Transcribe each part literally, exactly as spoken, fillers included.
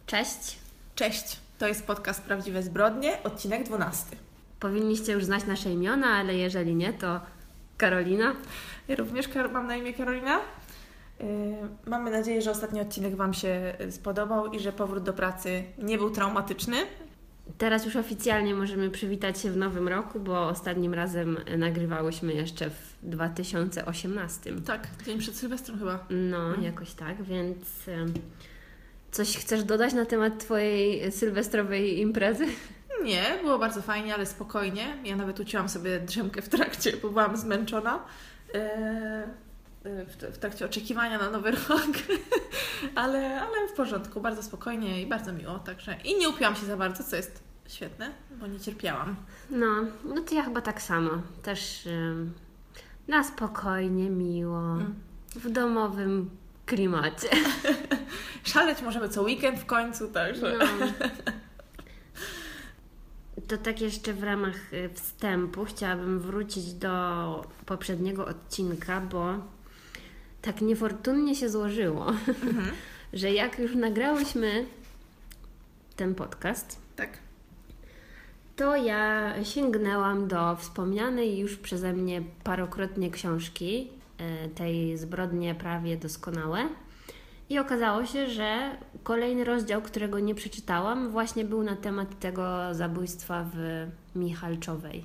Cześć. Cześć, to jest podcast Prawdziwe Zbrodnie, odcinek dwunasty. Powinniście już znać nasze imiona, ale jeżeli nie, to Karolina. Ja również mam na imię Karolina. Yy, mamy nadzieję, że ostatni odcinek Wam się spodobał i że powrót do pracy nie był traumatyczny. Teraz już oficjalnie możemy przywitać się w nowym roku, bo ostatnim razem nagrywałyśmy jeszcze w dwa tysiące osiemnastym. Tak, dzień przed Sylwestrem chyba. No, hmm. jakoś tak, więc coś chcesz dodać na temat Twojej sylwestrowej imprezy? Nie, było bardzo fajnie, ale spokojnie. Ja nawet ucięłam sobie drzemkę w trakcie, bo byłam zmęczona. W, w trakcie oczekiwania na nowy rok, ale, ale w porządku, bardzo spokojnie i bardzo miło, także i nie upiłam się za bardzo, co jest świetne, bo nie cierpiałam. No, no to ja chyba tak samo, też ym, na spokojnie, miło, mm. w domowym klimacie. Szaleć możemy co weekend w końcu, także... No. To tak jeszcze w ramach wstępu chciałabym wrócić do poprzedniego odcinka, bo tak niefortunnie się złożyło, mhm. że jak już nagrałyśmy ten podcast, tak. to ja sięgnęłam do wspomnianej już przeze mnie parokrotnie książki, tej Zbrodnie prawie doskonałe. I okazało się, że kolejny rozdział, którego nie przeczytałam, właśnie był na temat tego zabójstwa w Michalczowej.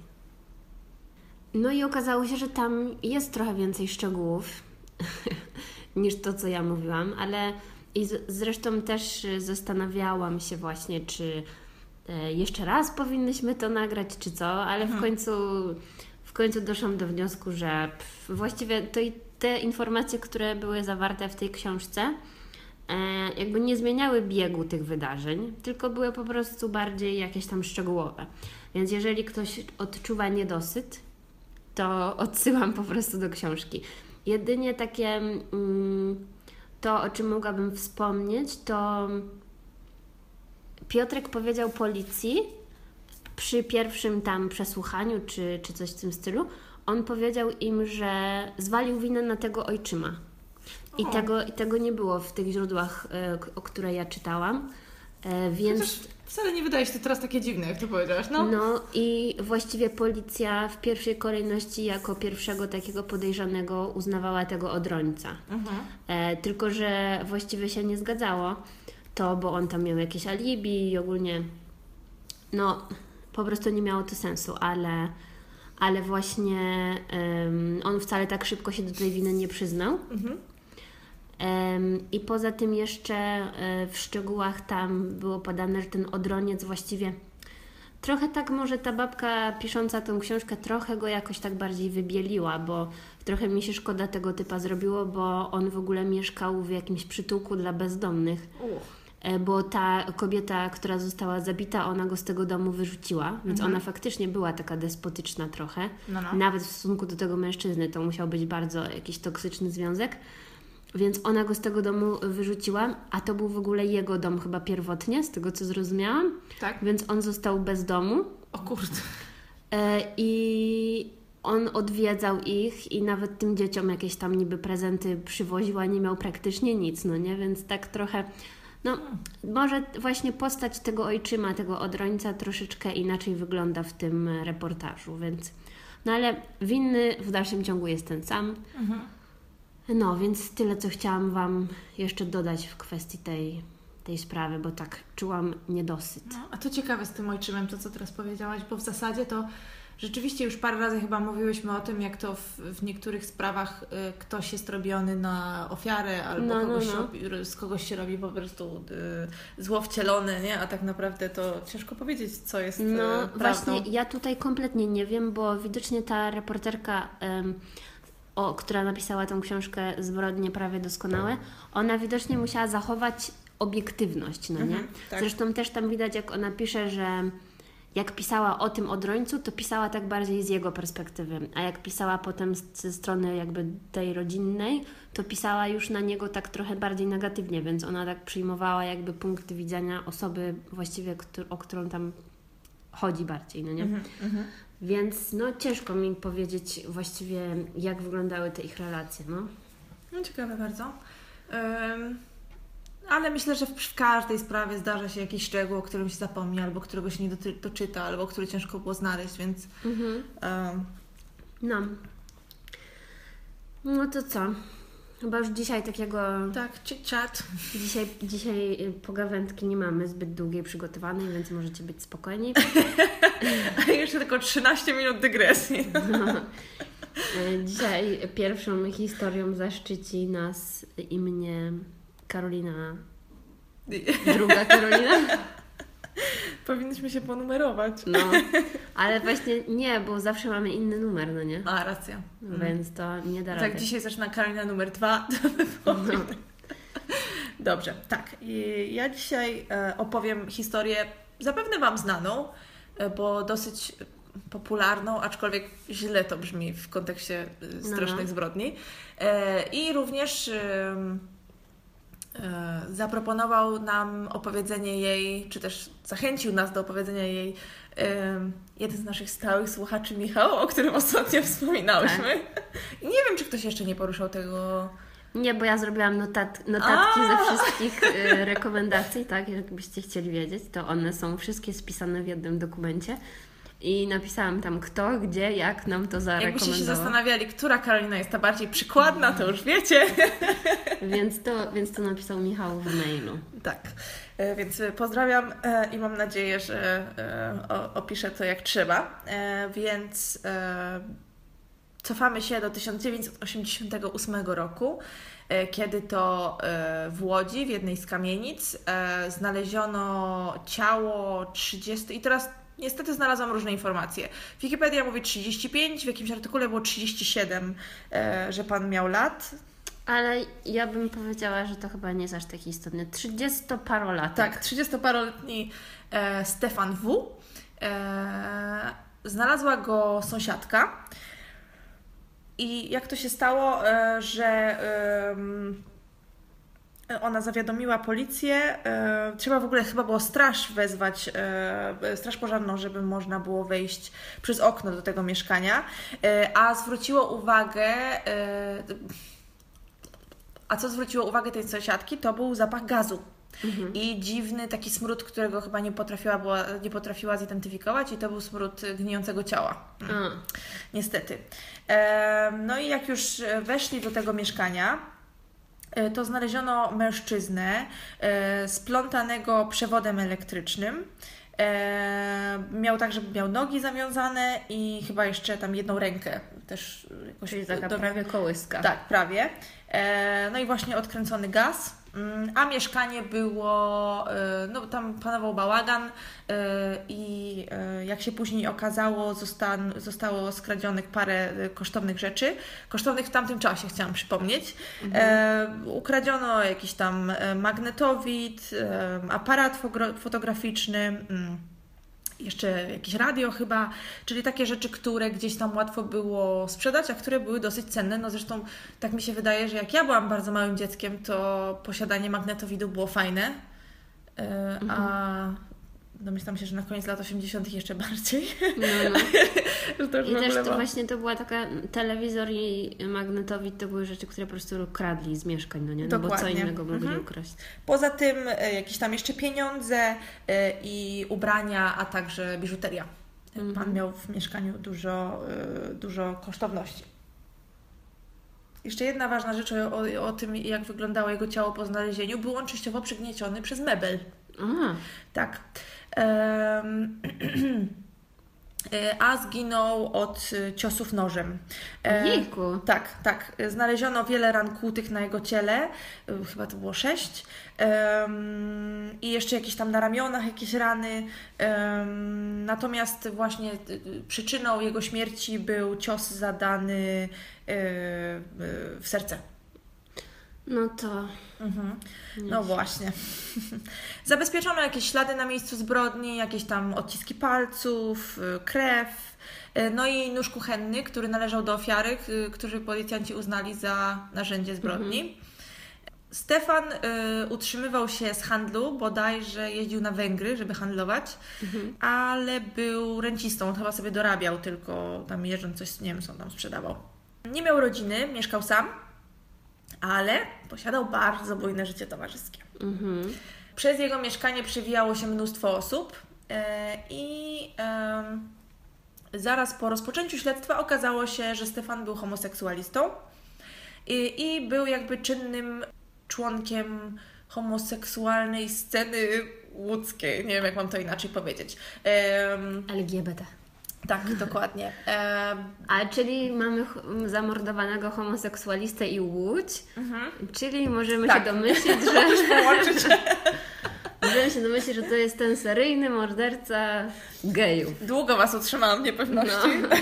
No i okazało się, że tam jest trochę więcej szczegółów niż to, co ja mówiłam, ale i z, zresztą też zastanawiałam się właśnie, czy e, jeszcze raz powinnyśmy to nagrać, czy co, ale mhm. w końcu w końcu doszłam do wniosku, że pff, właściwie to i te informacje, które były zawarte w tej książce, e, jakby nie zmieniały biegu tych wydarzeń, tylko były po prostu bardziej jakieś tam szczegółowe. Więc jeżeli ktoś odczuwa niedosyt, to odsyłam po prostu do książki. Jedynie takie mm, to, o czym mogłabym wspomnieć, to Piotrek powiedział policji przy pierwszym tam przesłuchaniu, czy, czy coś w tym stylu, on powiedział im, że zwalił winę na tego ojczyma. I tego, i tego nie było w tych źródłach, o które ja czytałam. Więc... Chociaż wcale nie wydaje się to teraz takie dziwne, jak to powiedziałaś. No. no i właściwie policja w pierwszej kolejności jako pierwszego takiego podejrzanego uznawała tego Odrońca. Mhm. E, tylko, że właściwie się nie zgadzało to, bo on tam miał jakieś alibi i ogólnie no po prostu nie miało to sensu, ale... ale właśnie um, on wcale tak szybko się do tej winy nie przyznał. Mhm. Um, I poza tym jeszcze um, w szczegółach tam było podane, że ten Odroniec właściwie trochę tak może ta babka pisząca tą książkę trochę go jakoś tak bardziej wybieliła, bo trochę mi się szkoda tego typa zrobiło, bo on w ogóle mieszkał w jakimś przytułku dla bezdomnych. Uch. Bo ta kobieta, która została zabita, ona go z tego domu wyrzuciła, więc mhm. ona faktycznie była taka despotyczna trochę. No, no. Nawet w stosunku do tego mężczyzny to musiał być bardzo jakiś toksyczny związek. Więc ona go z tego domu wyrzuciła, a to był w ogóle jego dom chyba pierwotnie, z tego co zrozumiałam. Tak. Więc on został bez domu. O kurde. I on odwiedzał ich i nawet tym dzieciom jakieś tam niby prezenty przywoził, a nie miał praktycznie nic, no nie? Więc tak trochę... No, może właśnie postać tego ojczyma, tego Odrońca troszeczkę inaczej wygląda w tym reportażu, więc... No ale winny w dalszym ciągu jest ten sam. Mhm. No, więc tyle, co chciałam Wam jeszcze dodać w kwestii tej, tej sprawy, bo tak czułam niedosyt. No, a to ciekawe z tym ojczymem, to co teraz powiedziałaś, bo w zasadzie to rzeczywiście już parę razy chyba mówiłyśmy o tym, jak to w, w niektórych sprawach y, ktoś jest robiony na ofiarę albo no, kogoś no, no. Robi, z kogoś się robi po prostu y, zło wcielone, nie? A tak naprawdę to ciężko powiedzieć, co jest No y, prawdą. Właśnie ja tutaj kompletnie nie wiem, bo widocznie ta reporterka, ym, o, która napisała tą książkę Zbrodnie prawie doskonałe, ona widocznie musiała zachować obiektywność, no nie? Mhm, tak. Zresztą też tam widać, jak ona pisze, że jak pisała o tym Odrońcu, to pisała tak bardziej z jego perspektywy, a jak pisała potem ze strony jakby tej rodzinnej, to pisała już na niego tak trochę bardziej negatywnie, więc ona tak przyjmowała jakby punkt widzenia osoby właściwie, o którą tam chodzi bardziej, no nie? Mm-hmm, mm-hmm. Więc no ciężko mi powiedzieć właściwie, jak wyglądały te ich relacje, no. No ciekawe bardzo. Um, Ale myślę, że w, w każdej sprawie zdarza się jakiś szczegół, o którym się zapomni, albo którego się nie doty- doczyta, albo który ciężko było znaleźć, więc... Mhm. Um... No. No to co? Chyba już dzisiaj takiego... Tak, chit-chat. Dzisiaj, dzisiaj pogawędki nie mamy zbyt długiej przygotowanej, więc możecie być spokojni. A jeszcze tylko trzynaście minut dygresji. No. Dzisiaj pierwszą historią zaszczyci nas i mnie Karolina. Druga Karolina. Powinniśmy się ponumerować. No, ale właśnie nie, bo zawsze mamy inny numer, no nie? A, racja. No, mm. Więc to nie da rady. Tak, dzisiaj zaczyna Karolina numer dwa. To no. Dobrze, tak. I ja dzisiaj opowiem historię zapewne Wam znaną, bo dosyć popularną, aczkolwiek źle to brzmi w kontekście strasznych no. zbrodni. I również zaproponował nam opowiedzenie jej, czy też zachęcił nas do opowiedzenia jej jeden z naszych stałych słuchaczy, Michał, o którym ostatnio wspominałyśmy. Tak. I nie wiem, czy ktoś jeszcze nie poruszał tego... Nie, bo ja zrobiłam notat, notatki A! ze wszystkich y, rekomendacji, tak, jakbyście chcieli wiedzieć, to one są wszystkie spisane w jednym dokumencie. I napisałam tam kto, gdzie, jak nam to zarekomendował. Jakbyście się zastanawiali, która Karolina jest ta bardziej przykładna, to już wiecie. Więc to, więc to napisał Michał w mailu. Tak, więc pozdrawiam i mam nadzieję, że opiszę to jak trzeba. Więc cofamy się do tysiąc dziewięćset osiemdziesiątego ósmego roku, kiedy to w Łodzi, w jednej z kamienic, znaleziono ciało trzydziestu... I teraz niestety znalazłam różne informacje. Wikipedia mówi trzydzieści pięć, w jakimś artykule było trzydzieści siedem, że pan miał lat. Ale ja bym powiedziała, że to chyba nie jest aż taki istotny. trzydziestoparolatek. Tak, trzydziestoparoletni e, Stefan W. E, znalazła go sąsiadka. I jak to się stało, e, że e, ona zawiadomiła policję. E, trzeba w ogóle chyba było straż wezwać, e, straż pożarną, żeby można było wejść przez okno do tego mieszkania. E, a zwróciło uwagę... E, A co zwróciło uwagę tej sąsiadki, to był zapach gazu. Mhm. I dziwny taki smród, którego chyba nie potrafiła, była, nie potrafiła zidentyfikować, i to był smród gnijącego ciała. Mm. Niestety. E, no i jak już weszli do tego mieszkania, e, to znaleziono mężczyznę e, splątanego przewodem elektrycznym. E, miał tak, żeby miał nogi zawiązane i chyba jeszcze tam jedną rękę też jakoś. Czyli taka do... prawie kołyska. Tak, prawie. E, no i właśnie odkręcony gaz, a mieszkanie było, e, no tam panował bałagan e, i e, jak się później okazało, zosta, zostało skradzionych parę kosztownych rzeczy, kosztownych w tamtym czasie, chciałam przypomnieć. Mhm. E, ukradziono jakiś tam magnetowid, e, aparat fotograficzny, mm. jeszcze jakieś radio chyba, czyli takie rzeczy, które gdzieś tam łatwo było sprzedać, a które były dosyć cenne. No zresztą tak mi się wydaje, że jak ja byłam bardzo małym dzieckiem, to posiadanie magnetowidu było fajne, yy, mhm. a domyślam się, że na koniec lat osiemdziesiątych jeszcze bardziej. No, no. to I też to właśnie to była taka, telewizor i magnetowid to były rzeczy, które po prostu kradli z mieszkań, no nie? No bo co innego mogli mhm. ukraść. Poza tym jakieś tam jeszcze pieniądze i ubrania, a także biżuteria. Mhm. Pan miał w mieszkaniu dużo, dużo kosztowności. Jeszcze jedna ważna rzecz o, o, o tym, jak wyglądało jego ciało po znalezieniu. Był on częściowo przygnieciony przez mebel. Aha. Tak. Um, a zginął od ciosów nożem. Ojejku. Tak, tak. Znaleziono wiele ran kłutych na jego ciele, chyba to było sześć. Um, I jeszcze jakieś tam na ramionach jakieś rany. Um, natomiast właśnie przyczyną jego śmierci był cios zadany w serce. No to... Mhm. No właśnie. Zabezpieczono jakieś ślady na miejscu zbrodni, jakieś tam odciski palców, krew, no i nóż kuchenny, który należał do ofiary, który policjanci uznali za narzędzie zbrodni. Mhm. Stefan y, utrzymywał się z handlu, bodajże jeździł na Węgry, żeby handlować, mhm. ale był rencistą, on chyba sobie dorabiał, tylko tam jeżdżąc coś, nie wiem, co on tam sprzedawał. Nie miał rodziny, mieszkał sam. ale posiadał bardzo bujne życie towarzyskie. Mhm. Przez jego mieszkanie przewijało się mnóstwo osób i zaraz po rozpoczęciu śledztwa okazało się, że Stefan był homoseksualistą i, i był jakby czynnym członkiem homoseksualnej sceny łódzkiej. Nie wiem, jak mam to inaczej powiedzieć. Um, L G B T. Tak, dokładnie. Um, A czyli mamy zamordowanego homoseksualistę i Łódź, mhm. czyli możemy tak. się domyślić, że... możemy się domyślić, że to jest ten seryjny morderca gejów. Długo Was utrzymałam w niepewności. No.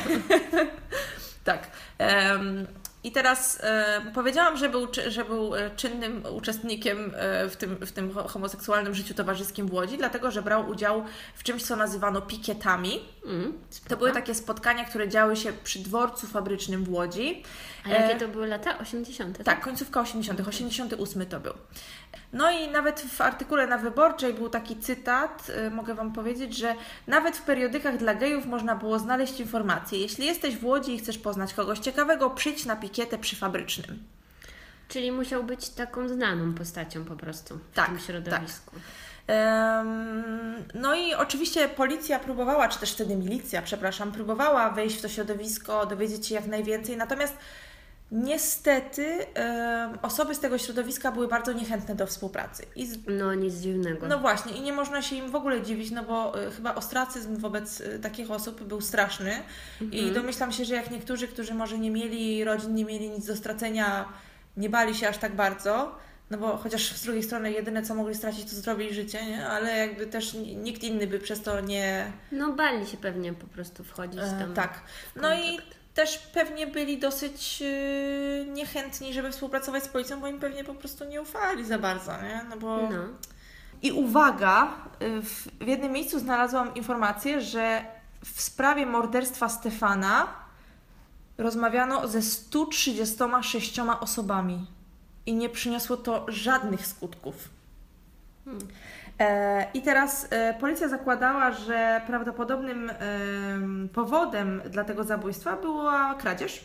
Tak. Um, I teraz e, powiedziałam, że był, że był czynnym uczestnikiem e, w, tym, w tym homoseksualnym życiu towarzyskim w Łodzi, dlatego że brał udział w czymś, co nazywano pikietami. Mm, to były takie spotkania, które działy się przy dworcu fabrycznym w Łodzi. A jakie to były lata? osiemdziesiąte? Tak, końcówka osiemdziesiątych. osiemdziesiąty ósmy to był. No i nawet w artykule na Wyborczej był taki cytat, yy, mogę Wam powiedzieć, że nawet w periodykach dla gejów można było znaleźć informacje. Jeśli jesteś w Łodzi i chcesz poznać kogoś ciekawego, przyjdź na pikietę przy fabrycznym. Czyli musiał być taką znaną postacią po prostu w tak, tym środowisku. Tak. Um, no i oczywiście policja próbowała, czy też wtedy milicja, przepraszam, próbowała wejść w to środowisko, dowiedzieć się jak najwięcej, natomiast niestety e, osoby z tego środowiska były bardzo niechętne do współpracy. I z... No nic dziwnego. No właśnie i nie można się im w ogóle dziwić, no bo e, chyba ostracyzm wobec e, takich osób był straszny mhm. i domyślam się, że jak niektórzy, którzy może nie mieli rodzin, nie mieli nic do stracenia, nie bali się aż tak bardzo, no bo chociaż z drugiej strony jedyne co mogli stracić to zrobili życie, nie? Ale jakby też nikt inny by przez to nie... No bali się pewnie po prostu wchodzić tam. E, tak. No i też pewnie byli dosyć yy, niechętni, żeby współpracować z policją, bo im pewnie po prostu nie ufali za bardzo, nie? No bo... No. I uwaga, w, w jednym miejscu znalazłam informację, że w sprawie morderstwa Stefana rozmawiano ze stu trzydziestoma sześcioma osobami i nie przyniosło to żadnych skutków. Hmm. E, I teraz e, policja zakładała, że prawdopodobnym e, powodem dla tego zabójstwa była kradzież.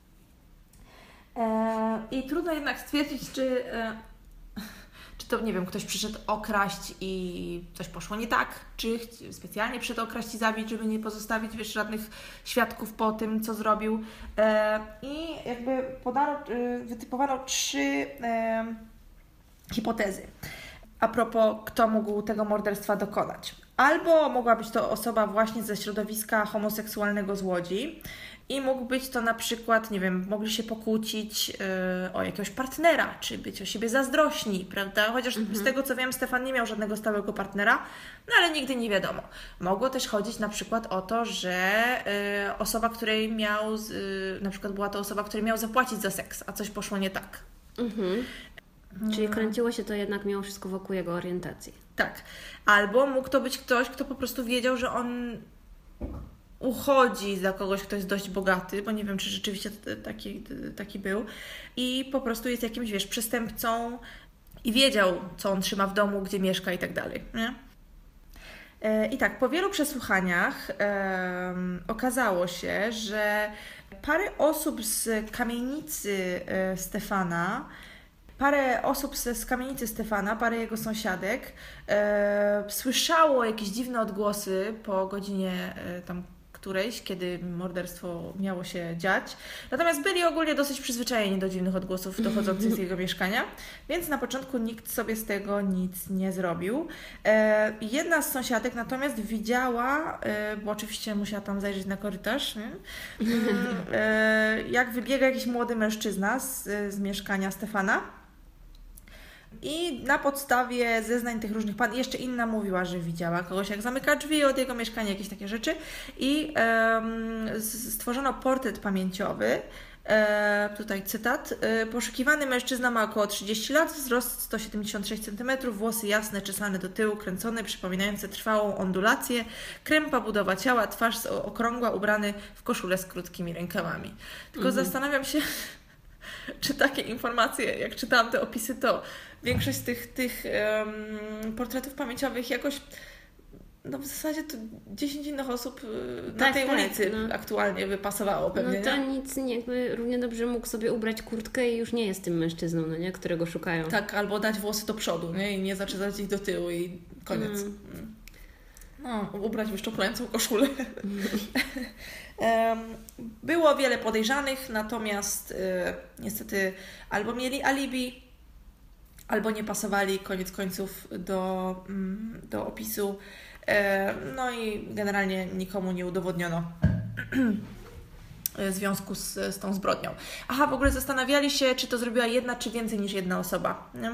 E, I trudno jednak stwierdzić, czy, e, czy to, nie wiem, ktoś przyszedł okraść i coś poszło nie tak, czy specjalnie przyszedł okraść i zabić, żeby nie pozostawić, wiesz, żadnych świadków po tym, co zrobił. E, I jakby podano, e, wytypowano trzy e, hipotezy a propos, kto mógł tego morderstwa dokonać. Albo mogła być to osoba właśnie ze środowiska homoseksualnego z Łodzi i mógł być to na przykład, nie wiem, mogli się pokłócić yy, o jakiegoś partnera, czy być o siebie zazdrośni, prawda? Chociaż mhm. z tego co wiem, Stefan nie miał żadnego stałego partnera, no ale nigdy nie wiadomo. Mogło też chodzić na przykład o to, że yy, osoba, której miał, yy, na przykład była to osoba, której miał zapłacić za seks, a coś poszło nie tak. Mhm. Czyli kręciło się to jednak mimo wszystko wokół jego orientacji. Tak. Albo mógł to być ktoś, kto po prostu wiedział, że on uchodzi za kogoś, kto jest dość bogaty, bo nie wiem, czy rzeczywiście taki, taki był i po prostu jest jakimś, wiesz, przestępcą i wiedział, co on trzyma w domu, gdzie mieszka i tak dalej, nie? I tak, po wielu przesłuchaniach e, okazało się, że parę osób z kamienicy e, Stefana Parę osób z, z kamienicy Stefana, parę jego sąsiadek e, słyszało jakieś dziwne odgłosy po godzinie e, tam którejś, kiedy morderstwo miało się dziać. Natomiast byli ogólnie dosyć przyzwyczajeni do dziwnych odgłosów dochodzących z jego mieszkania, więc na początku nikt sobie z tego nic nie zrobił. E, jedna z sąsiadek natomiast widziała, e, bo oczywiście musiała tam zajrzeć na korytarz, nie? E, jak wybiega jakiś młody mężczyzna z, z mieszkania Stefana. I na podstawie zeznań tych różnych pan, jeszcze inna mówiła, że widziała kogoś, jak zamyka drzwi od jego mieszkania, jakieś takie rzeczy. I um, stworzono portret pamięciowy. E, tutaj cytat. E, poszukiwany mężczyzna ma około trzydzieści lat, wzrost sto siedemdziesiąt sześć centymetrów, włosy jasne, czesane do tyłu, kręcone, przypominające trwałą ondulację, krępa budowa ciała, twarz okrągła, ubrany w koszulę z krótkimi rękawami. Tylko mhm. zastanawiam się, czy takie informacje, jak czytałam te opisy, to większość z tych, tych um, portretów pamięciowych jakoś no w zasadzie to dziesięć innych osób na tak, tej tak, ulicy no. aktualnie by pasowało pewnie, No to nie? nic, nie, jakby równie dobrze mógł sobie ubrać kurtkę i już nie jest tym mężczyzną, no nie? Którego szukają. Tak, albo dać włosy do przodu, nie? I nie zaczynać ich do tyłu i koniec. Mm. No, ubrać wyszczuplającą koszulę. um, było wiele podejrzanych, natomiast y, niestety albo mieli alibi, albo nie pasowali koniec końców do, mm, do opisu. E, no i generalnie nikomu nie udowodniono w związku z, z tą zbrodnią. Aha, w ogóle zastanawiali się, czy to zrobiła jedna, czy więcej niż jedna osoba, nie?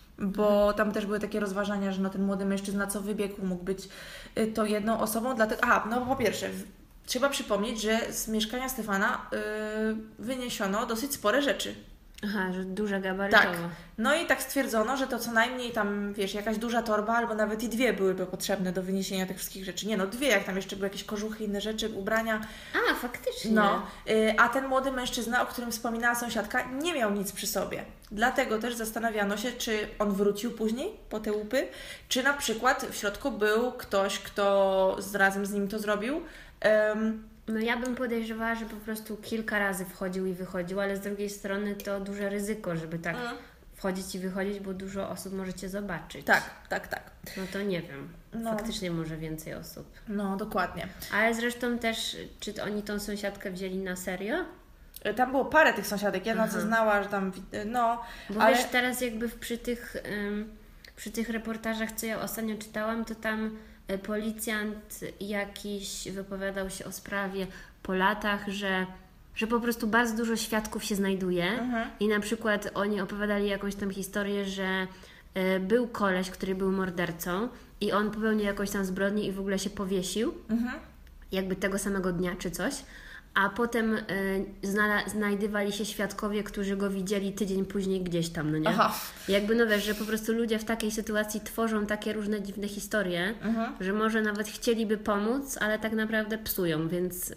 Bo tam też były takie rozważania, że no ten młody mężczyzna, co wybiegł, mógł być to jedną osobą. Dlatego, aha, no po pierwsze, trzeba przypomnieć, że z mieszkania Stefana yy, wyniesiono dosyć spore rzeczy. Aha, że duże gabarytowo. Tak. No i tak stwierdzono, że to co najmniej tam, wiesz, jakaś duża torba, albo nawet i dwie byłyby potrzebne do wyniesienia tych wszystkich rzeczy. Nie no, dwie, jak tam jeszcze były jakieś kożuchy, inne rzeczy, ubrania. A, faktycznie. No, yy, a ten młody mężczyzna, o którym wspominała sąsiadka, nie miał nic przy sobie. Dlatego też zastanawiano się, czy on wrócił później po te łupy, czy na przykład w środku był ktoś, kto z, razem z nim to zrobił. Um, No ja bym podejrzewała, że po prostu kilka razy wchodził i wychodził, ale z drugiej strony to duże ryzyko, żeby tak mm. wchodzić i wychodzić, bo dużo osób możecie zobaczyć. Tak, tak, tak. No to nie wiem. No. Faktycznie może więcej osób. No, dokładnie. Ale zresztą też, czy oni tą sąsiadkę wzięli na serio? Tam było parę tych sąsiadek. Jedna Aha. zeznała, że tam, no... Bo ale... wiesz, teraz jakby przy tych, um, przy tych reportażach, co ja ostatnio czytałam, to tam policjant jakiś wypowiadał się o sprawie po latach, że, że po prostu bardzo dużo świadków się znajduje mhm. i na przykład oni opowiadali jakąś tam historię, że y, był koleś, który był mordercą i on popełnił jakąś tam zbrodnię i w ogóle się powiesił, mhm. jakby tego samego dnia czy coś. A potem y, znala- znajdywali się świadkowie, którzy go widzieli tydzień później gdzieś tam, no nie? Aha. Jakby, no wiesz, że po prostu ludzie w takiej sytuacji tworzą takie różne dziwne historie, mhm. że może nawet chcieliby pomóc, ale tak naprawdę psują, więc y,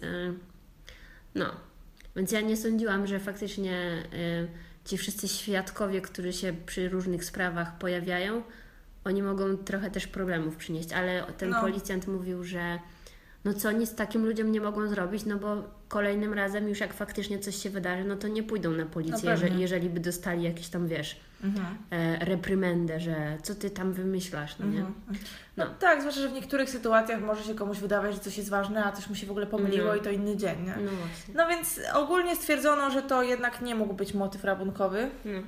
no. Więc ja nie sądziłam, że faktycznie y, ci wszyscy świadkowie, którzy się przy różnych sprawach pojawiają, oni mogą trochę też problemów przynieść, ale ten no. policjant mówił, że no co oni z takim ludziom nie mogą zrobić, no bo kolejnym razem już jak faktycznie coś się wydarzy, no to nie pójdą na policję, no jeżeli, jeżeli by dostali jakieś tam, wiesz, mhm. e, reprymendę, że co ty tam wymyślasz, no nie? Mhm. No. no tak, zwłaszcza, że w niektórych sytuacjach może się komuś wydawać, że coś jest ważne, a coś mu się w ogóle pomyliło mhm. i to inny dzień, nie? No właśnie. No więc ogólnie stwierdzono, że to jednak nie mógł być motyw rabunkowy. Mhm.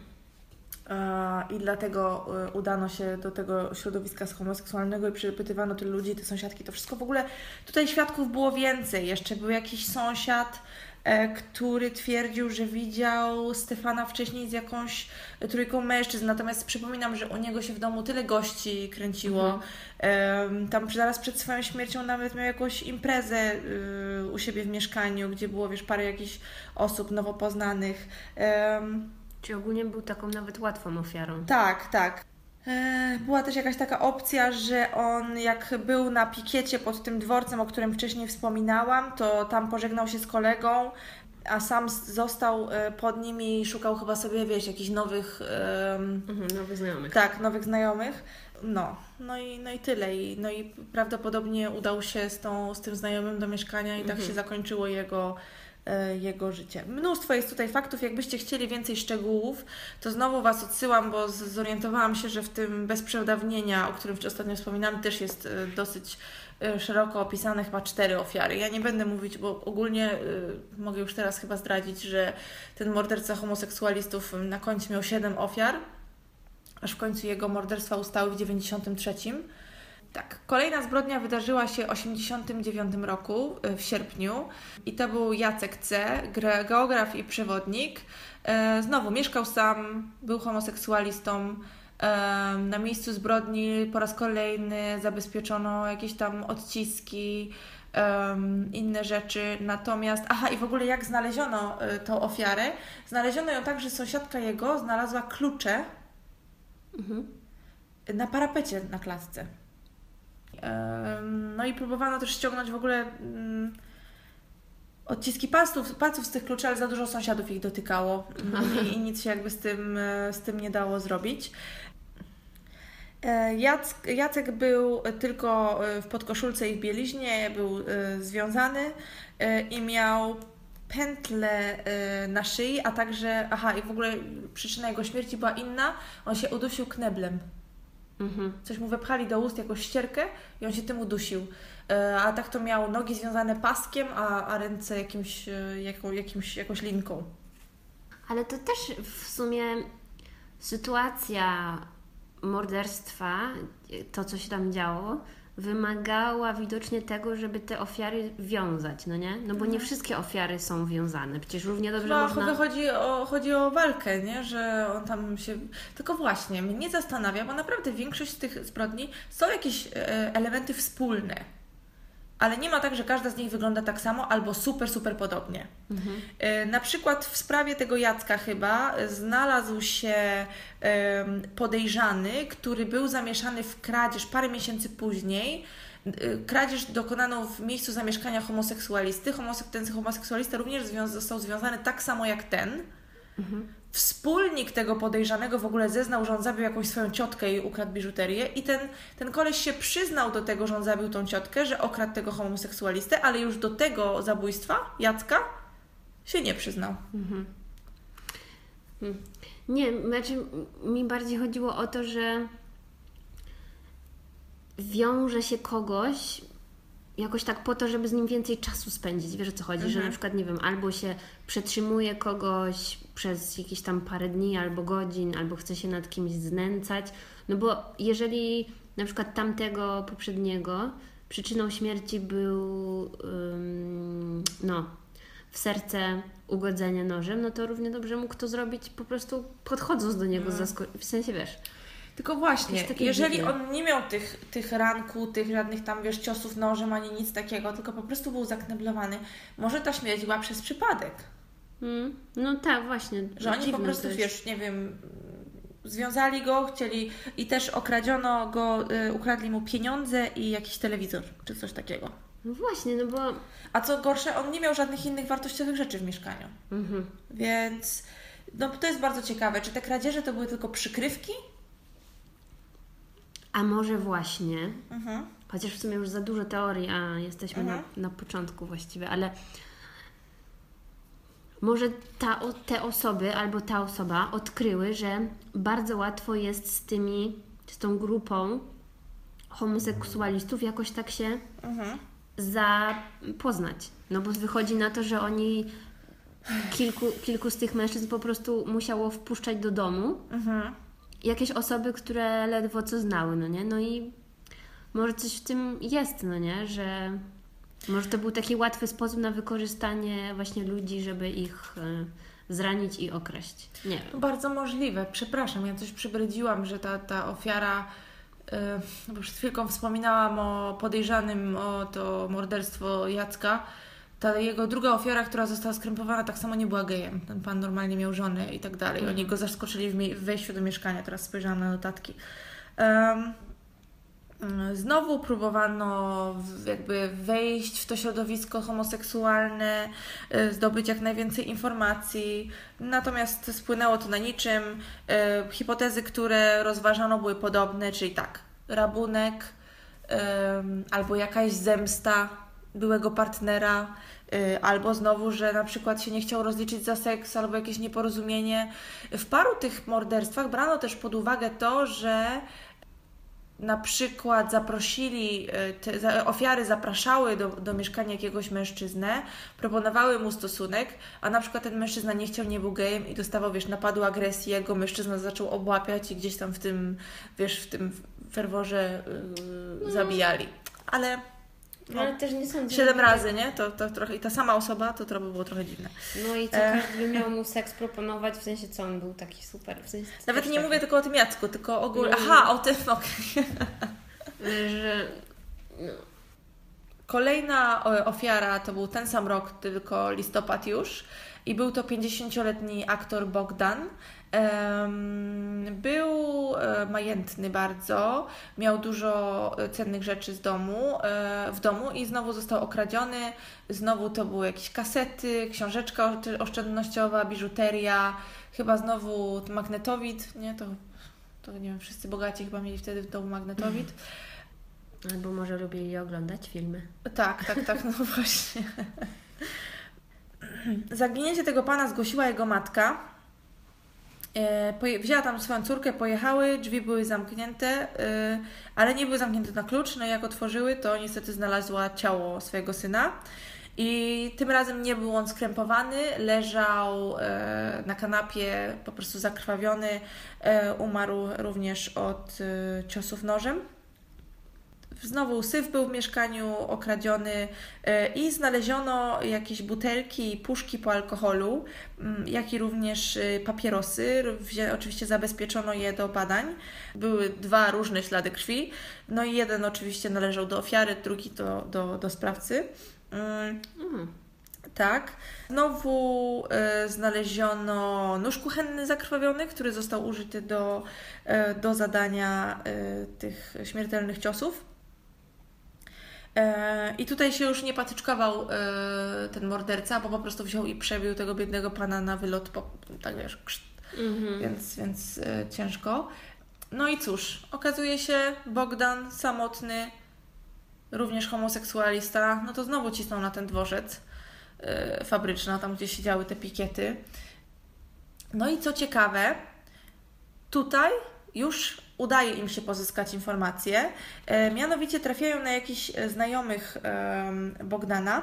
I dlatego udano się do tego środowiska homoseksualnego i przepytywano tylu ludzi, te sąsiadki, to wszystko w ogóle, tutaj świadków było więcej, jeszcze był jakiś sąsiad, który twierdził, że widział Stefana wcześniej z jakąś trójką mężczyzn, natomiast przypominam, że u niego się w domu tyle gości kręciło, mhm. tam zaraz przed swoją śmiercią nawet miał jakąś imprezę u siebie w mieszkaniu, gdzie było, wiesz, parę jakichś osób nowo poznanych. Czy ogólnie był taką nawet łatwą ofiarą? Tak, tak. Była też jakaś taka opcja, że on jak był na pikiecie pod tym dworcem, o którym wcześniej wspominałam, to tam pożegnał się z kolegą, a sam został pod nim i szukał chyba sobie, wiesz, jakichś nowych... Um, mhm, nowych znajomych. Tak, nowych znajomych. No, no i, no i tyle. I, no i prawdopodobnie udał się z, tą, z tym znajomym do mieszkania i mhm. tak się zakończyło jego... jego życie. Mnóstwo jest tutaj faktów, jakbyście chcieli więcej szczegółów, to znowu Was odsyłam, bo zorientowałam się, że w tym bez przedawnienia, o którym ostatnio wspominałam, też jest dosyć szeroko opisane chyba cztery ofiary. Ja nie będę mówić, bo ogólnie y, mogę już teraz chyba zdradzić, że ten morderca homoseksualistów na końcu miał siedem ofiar, aż w końcu jego morderstwa ustały w dziewięćdziesiątym trzecim. Tak, kolejna zbrodnia wydarzyła się w osiemdziesiątym dziewiątym roku, w sierpniu, i to był Jacek C., geograf i przewodnik. Znowu mieszkał sam, był homoseksualistą. Na miejscu zbrodni po raz kolejny zabezpieczono jakieś tam odciski, inne rzeczy. Natomiast, aha, i w ogóle jak znaleziono tą ofiarę? Znaleziono ją tak, że sąsiadka jego znalazła klucze mhm. na parapecie na klatce. No i próbowano też ściągnąć w ogóle um, odciski palców, palców z tych kluczy, ale za dużo sąsiadów ich dotykało i, i nic się jakby z tym, z tym nie dało zrobić. Jack, Jacek był tylko w podkoszulce i w bieliźnie, był związany i miał pętlę na szyi, a także, aha, i w ogóle przyczyna jego śmierci była inna, on się udusił kneblem. Mhm. Coś mu wepchali do ust, jakąś ścierkę i on się tym udusił. A tak to miał nogi związane paskiem, a, a ręce jakimś, jaką, jakimś, jakąś linką. Ale to też w sumie sytuacja morderstwa, to co się tam działo, wymagała widocznie tego, żeby te ofiary wiązać, no nie? No bo nie wszystkie ofiary są wiązane. Przecież równie dobrze no, można... chodzi o, chodzi o walkę, nie? Że on tam się... Tylko właśnie, mnie zastanawia, bo naprawdę większość z tych zbrodni są jakieś e, elementy wspólne. Ale nie ma tak, że każda z nich wygląda tak samo albo super, super podobnie. Mhm. E, na przykład w sprawie tego Jacka chyba znalazł się e, podejrzany, który był zamieszany w kradzież parę miesięcy później. E, kradzież dokonaną w miejscu zamieszkania homoseksualisty. Homosek- ten homoseksualista również zwią- został związany tak samo jak ten. Mhm. Wspólnik tego podejrzanego w ogóle zeznał, że on zabił jakąś swoją ciotkę i ukradł biżuterię i ten, ten koleś się przyznał do tego, że on zabił tą ciotkę, że okradł tego homoseksualistę, ale już do tego zabójstwa, Jacka, się nie przyznał. Mhm. Hmm. Nie, znaczy mi bardziej chodziło o to, że wiąże się kogoś jakoś tak po to, żeby z nim więcej czasu spędzić. Wiesz, o co chodzi? Mhm. Że na przykład, nie wiem, albo się przetrzymuje kogoś przez jakieś tam parę dni, albo godzin, albo chce się nad kimś znęcać. No bo jeżeli na przykład tamtego poprzedniego przyczyną śmierci był ym, no, w serce ugodzenie nożem, no to równie dobrze mógł to zrobić po prostu podchodząc do niego, mhm. zasko- w sensie, wiesz... Tylko właśnie, jeżeli dziwne. On nie miał tych, tych ran kłutych, żadnych tam, wiesz, ciosów nożem, ani nic takiego, tylko po prostu był zakneblowany, może ta śmierć była przez przypadek. Mm, no tak, właśnie. Że oni po prostu, wiesz, nie wiem, związali go, chcieli i też okradziono go, y, ukradli mu pieniądze i jakiś telewizor, czy coś takiego. No właśnie, no bo... A co gorsze, on nie miał żadnych innych wartościowych rzeczy w mieszkaniu. Mhm. Więc, no to jest bardzo ciekawe. Czy te kradzieże to były tylko przykrywki? A może właśnie, mhm. chociaż w sumie już za dużo teorii, a jesteśmy mhm. na, na początku właściwie, ale może ta, te osoby albo ta osoba odkryły, że bardzo łatwo jest z tymi, z tą grupą homoseksualistów jakoś tak się mhm. zapoznać. No bo wychodzi na to, że oni kilku, kilku z tych mężczyzn po prostu musiało wpuszczać do domu. Mhm. Jakieś osoby, które ledwo co znały, no nie? No i może coś w tym jest, no nie? Że może to był taki łatwy sposób na wykorzystanie właśnie ludzi, żeby ich y, zranić i okraść. Nie wiem. Bardzo możliwe. Przepraszam, ja coś przybredziłam, że ta, ta ofiara, y, bo przed chwilką wspominałam o podejrzanym o to morderstwo Jacka. Ta jego druga ofiara, która została skrępowana, tak samo nie była gejem. Ten pan normalnie miał żonę i tak dalej. Oni go zaskoczyli w, mie- w wejściu do mieszkania. Teraz spojrzałam na notatki. Um, znowu próbowano w, jakby wejść w to środowisko homoseksualne, y, zdobyć jak najwięcej informacji. Natomiast spłynęło to na niczym. Y, hipotezy, które rozważano, były podobne, czyli tak, rabunek y, albo jakaś zemsta byłego partnera, yy, albo znowu, że na przykład się nie chciał rozliczyć za seks, albo jakieś nieporozumienie. W paru tych morderstwach brano też pod uwagę to, że na przykład zaprosili, te, za, ofiary zapraszały do, do mieszkania jakiegoś mężczyznę, proponowały mu stosunek, a na przykład ten mężczyzna nie chciał, nie był gejem i dostawał, wiesz, napadu agresji, jego mężczyzna zaczął obłapiać i gdzieś tam w tym, wiesz, w tym ferworze yy, zabijali. Ale... No, ale też nie sądzę. Siedem razy, nie? To, to trochę, i ta sama osoba, to, to by było trochę dziwne. No i co, każdy by miał mu seks proponować, w sensie co, on był taki super. W sensie, Nawet nie taki... mówię tylko o tym Jacku, tylko ogólnie. Aha, o tym, okej. Okay. Że... No. Kolejna ofiara to był ten sam rok, tylko listopad już. I był to pięćdziesięcioletni aktor Bogdan. Był majętny bardzo, miał dużo cennych rzeczy z domu, w domu i znowu został okradziony. Znowu to były jakieś kasety, książeczka oszczędnościowa, biżuteria, chyba znowu magnetowid, nie? To, To nie wiem, wszyscy bogaci chyba mieli wtedy w domu magnetowid. Albo może lubili oglądać filmy. Tak, tak, tak, no właśnie. Zaginięcie tego pana zgłosiła jego matka. Wzięła tam swoją córkę, pojechały, drzwi były zamknięte, ale nie były zamknięte na klucz. No i jak otworzyły, to niestety znalazła ciało swojego syna. I tym razem nie był on skrępowany, leżał na kanapie, po prostu zakrwawiony, umarł również od ciosów nożem. Znowu syf był w mieszkaniu okradziony i znaleziono jakieś butelki i puszki po alkoholu, jak i również papierosy. Oczywiście zabezpieczono je do badań. Były dwa różne ślady krwi. No i jeden oczywiście należał do ofiary, drugi do, do, do sprawcy. Mm. Tak. Znowu y, znaleziono nóż kuchenny zakrwawiony, który został użyty do, y, do zadania y, tych śmiertelnych ciosów. I tutaj się już nie patyczkował ten morderca, bo po prostu wziął i przebił tego biednego pana na wylot, po, tak wiesz, krzt. Mm-hmm. więc, więc ciężko. No i cóż, okazuje się, Bogdan samotny, również homoseksualista, no to znowu cisnął na ten dworzec fabryczny, tam gdzie siedziały te pikiety. No i co ciekawe, tutaj już udaje im się pozyskać informacje. E, mianowicie trafiają na jakichś znajomych e, Bogdana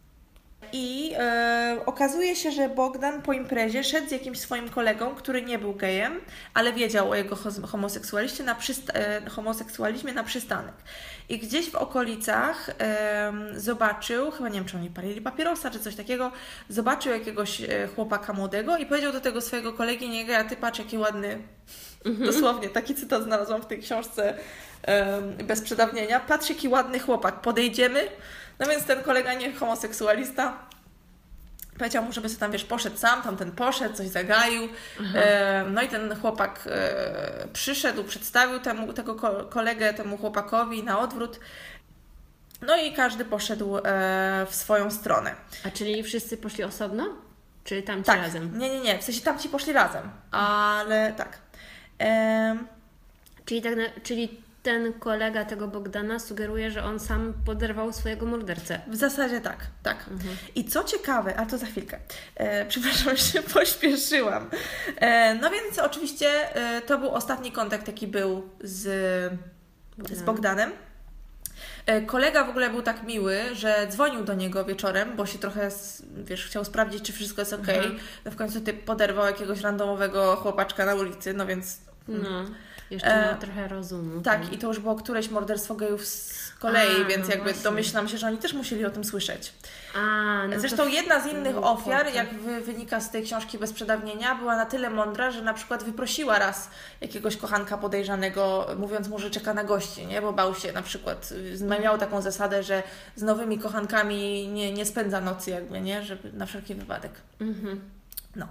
i e, okazuje się, że Bogdan po imprezie szedł z jakimś swoim kolegą, który nie był gejem, ale wiedział o jego homoseksualizmie na, przysta- e, homoseksualizmie na przystanek. I gdzieś w okolicach e, zobaczył, chyba nie wiem, czy oni palili papierosa, czy coś takiego, zobaczył jakiegoś chłopaka młodego i powiedział do tego swojego kolegi, nie geja, ty patrz, jaki ładny... Mhm. Dosłownie, taki cytat znalazłam w tej książce um, bez przedawnienia. Patrz, jaki ładny chłopak, podejdziemy. No więc ten kolega, nie homoseksualista, powiedział mu, żeby sobie tam, wiesz, poszedł sam, tamten poszedł, coś zagaił. E, no i ten chłopak e, przyszedł, przedstawił temu, tego kolegę temu chłopakowi na odwrót. No i każdy poszedł e, w swoją stronę. A czyli wszyscy poszli osobno? Czy tamci tak. razem? Nie, nie, nie. W sensie tamci poszli razem, ale tak. Ehm. Czyli, tak na, czyli ten kolega tego Bogdana sugeruje, że on sam poderwał swojego mordercę. W zasadzie tak, tak. Mhm. I co ciekawe, a to za chwilkę, e, przepraszam, się pośpieszyłam. E, no więc oczywiście e, to był ostatni kontakt, jaki był z, z Bogdanem. E, kolega w ogóle był tak miły, że dzwonił do niego wieczorem, bo się trochę, wiesz, chciał sprawdzić, czy wszystko jest okej. Mhm. No w końcu ty poderwał jakiegoś randomowego chłopaczka na ulicy, no więc... No. Jeszcze miał e, trochę rozumu. Tak, tak, i to już było któreś morderstwo gejów z kolei, A, więc no jakby właśnie. domyślam się, że oni też musieli o tym słyszeć. A, no Zresztą jedna z innych ofiar, jak wy, wynika z tej książki Bez przedawnienia, była na tyle mądra, że na przykład wyprosiła raz jakiegoś kochanka podejrzanego, mówiąc mu, że czeka na gości, nie? Bo bał się na przykład, miał taką zasadę, że z nowymi kochankami nie, nie spędza nocy jakby, nie? Żeby na wszelki wypadek. Mhm. No.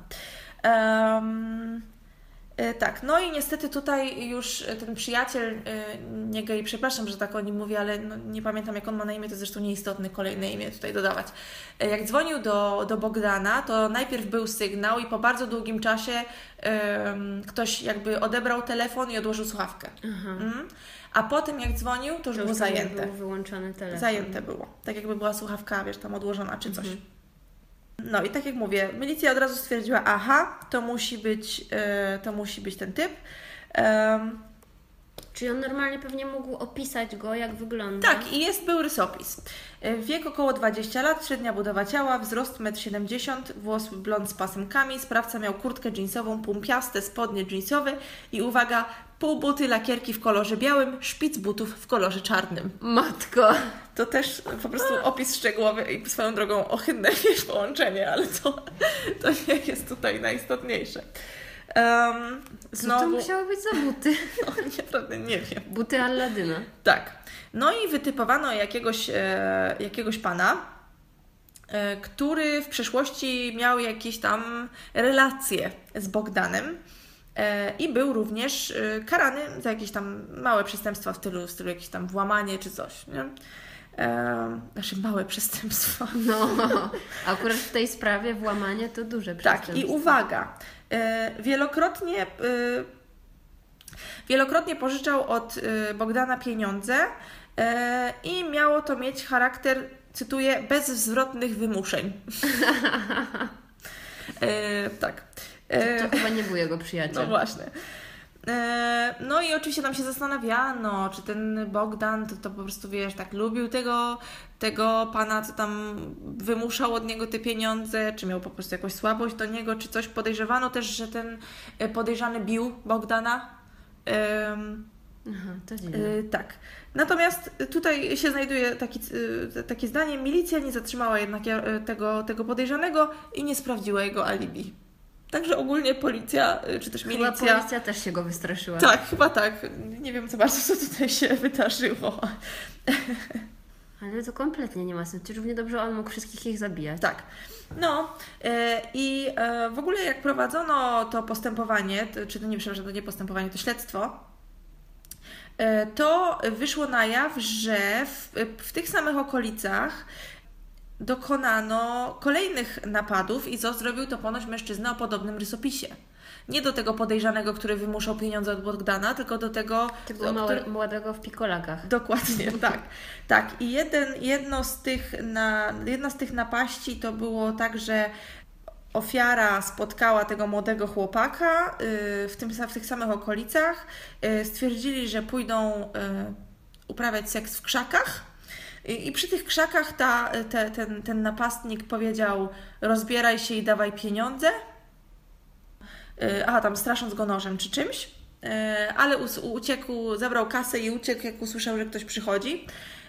Um, Tak, no i niestety tutaj już ten przyjaciel, nie gej, przepraszam, że tak o nim mówię, ale no nie pamiętam jak on ma na imię, to zresztą nieistotne kolejne imię tutaj dodawać. Jak dzwonił do, do Bogdana, to najpierw był sygnał i po bardzo długim czasie um, ktoś jakby odebrał telefon i odłożył słuchawkę. Mhm. A potem jak dzwonił, to już to było już zajęte. Był wyłączony telefon. Zajęte było. Tak jakby była słuchawka, wiesz, tam odłożona czy coś. Mhm. No i tak jak mówię, milicja od razu stwierdziła, aha, to musi być, e, to musi być ten typ. Um, Czyli on normalnie pewnie mógł opisać go, jak wygląda. Tak, i jest, był rysopis. Wiek około dwadzieścia lat, średnia budowa ciała, wzrost metr siedemdziesiąt, włos blond z pasemkami, sprawca miał kurtkę dżinsową, pumpiaste, spodnie dżinsowe i uwaga, pół buty lakierki w kolorze białym, szpic butów w kolorze czarnym. Matko! To też po prostu opis szczegółowy i swoją drogą ohydne wiesz, połączenie, ale to, to nie jest tutaj najistotniejsze. Um, znowu... Co to musiało być za buty? No, naprawdę nie wiem. Buty Alladyna. Tak. No i wytypowano jakiegoś, e, jakiegoś pana, e, który w przeszłości miał jakieś tam relacje z Bogdanem e, i był również e, karany za jakieś tam małe przestępstwa w stylu, w stylu jakieś tam włamanie czy coś, nie? E, znaczy małe przestępstwa. No, akurat w tej sprawie włamanie to duże przestępstwo. Tak, i uwaga, e, wielokrotnie e, Wielokrotnie pożyczał od Bogdana pieniądze i miało to mieć charakter, cytuję, bezzwrotnych wymuszeń. e, tak. E, to, to chyba nie był jego przyjaciel. No właśnie. E, no i oczywiście tam się zastanawiano, czy ten Bogdan to, to po prostu, wiesz, tak lubił tego, tego pana, co tam wymuszał od niego te pieniądze, czy miał po prostu jakąś słabość do niego, czy coś. Podejrzewano też, że ten podejrzany bił Bogdana. E, Aha, to dziwne. e, tak. Natomiast tutaj się znajduje taki, takie zdanie: milicja nie zatrzymała jednak tego, tego podejrzanego i nie sprawdziła jego alibi. Także ogólnie policja, czy też milicja... Chyba policja też się go wystraszyła. Tak, chyba tak. Nie wiem co bardzo, co tutaj się wydarzyło. Ale to kompletnie nie ma sensu. Czy równie dobrze on mógł wszystkich ich zabijać. Tak. No e, i e, w ogóle jak prowadzono to postępowanie, to, czy to nie, przepraszam, to nie postępowanie, to śledztwo, e, to wyszło na jaw, że w, w tych samych okolicach dokonano kolejnych napadów i co zrobił to ponoć mężczyzna o podobnym rysopisie. Nie do tego podejrzanego, który wymuszał pieniądze od Bogdana, tylko do tego... Tego małe, który... młodego w pikolakach. Dokładnie, tak. tak. I jeden, jedno z tych na, jedna z tych napaści to było tak, że ofiara spotkała tego młodego chłopaka w, tym, w tych samych okolicach. Stwierdzili, że pójdą uprawiać seks w krzakach. I, i przy tych krzakach ta, te, ten, ten napastnik powiedział: rozbieraj się i dawaj pieniądze. Aha, tam strasząc go nożem czy czymś. Ale uciekł, zabrał kasę i uciekł, jak usłyszał, że ktoś przychodzi.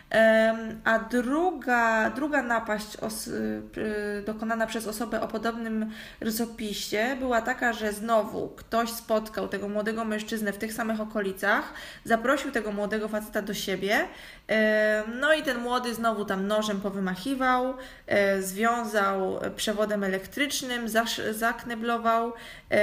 A druga, druga napaść os, dokonana przez osobę o podobnym rysopisie była taka, że znowu ktoś spotkał tego młodego mężczyznę w tych samych okolicach, zaprosił tego młodego faceta do siebie, no i ten młody znowu tam nożem powymachiwał, związał przewodem elektrycznym, zakneblował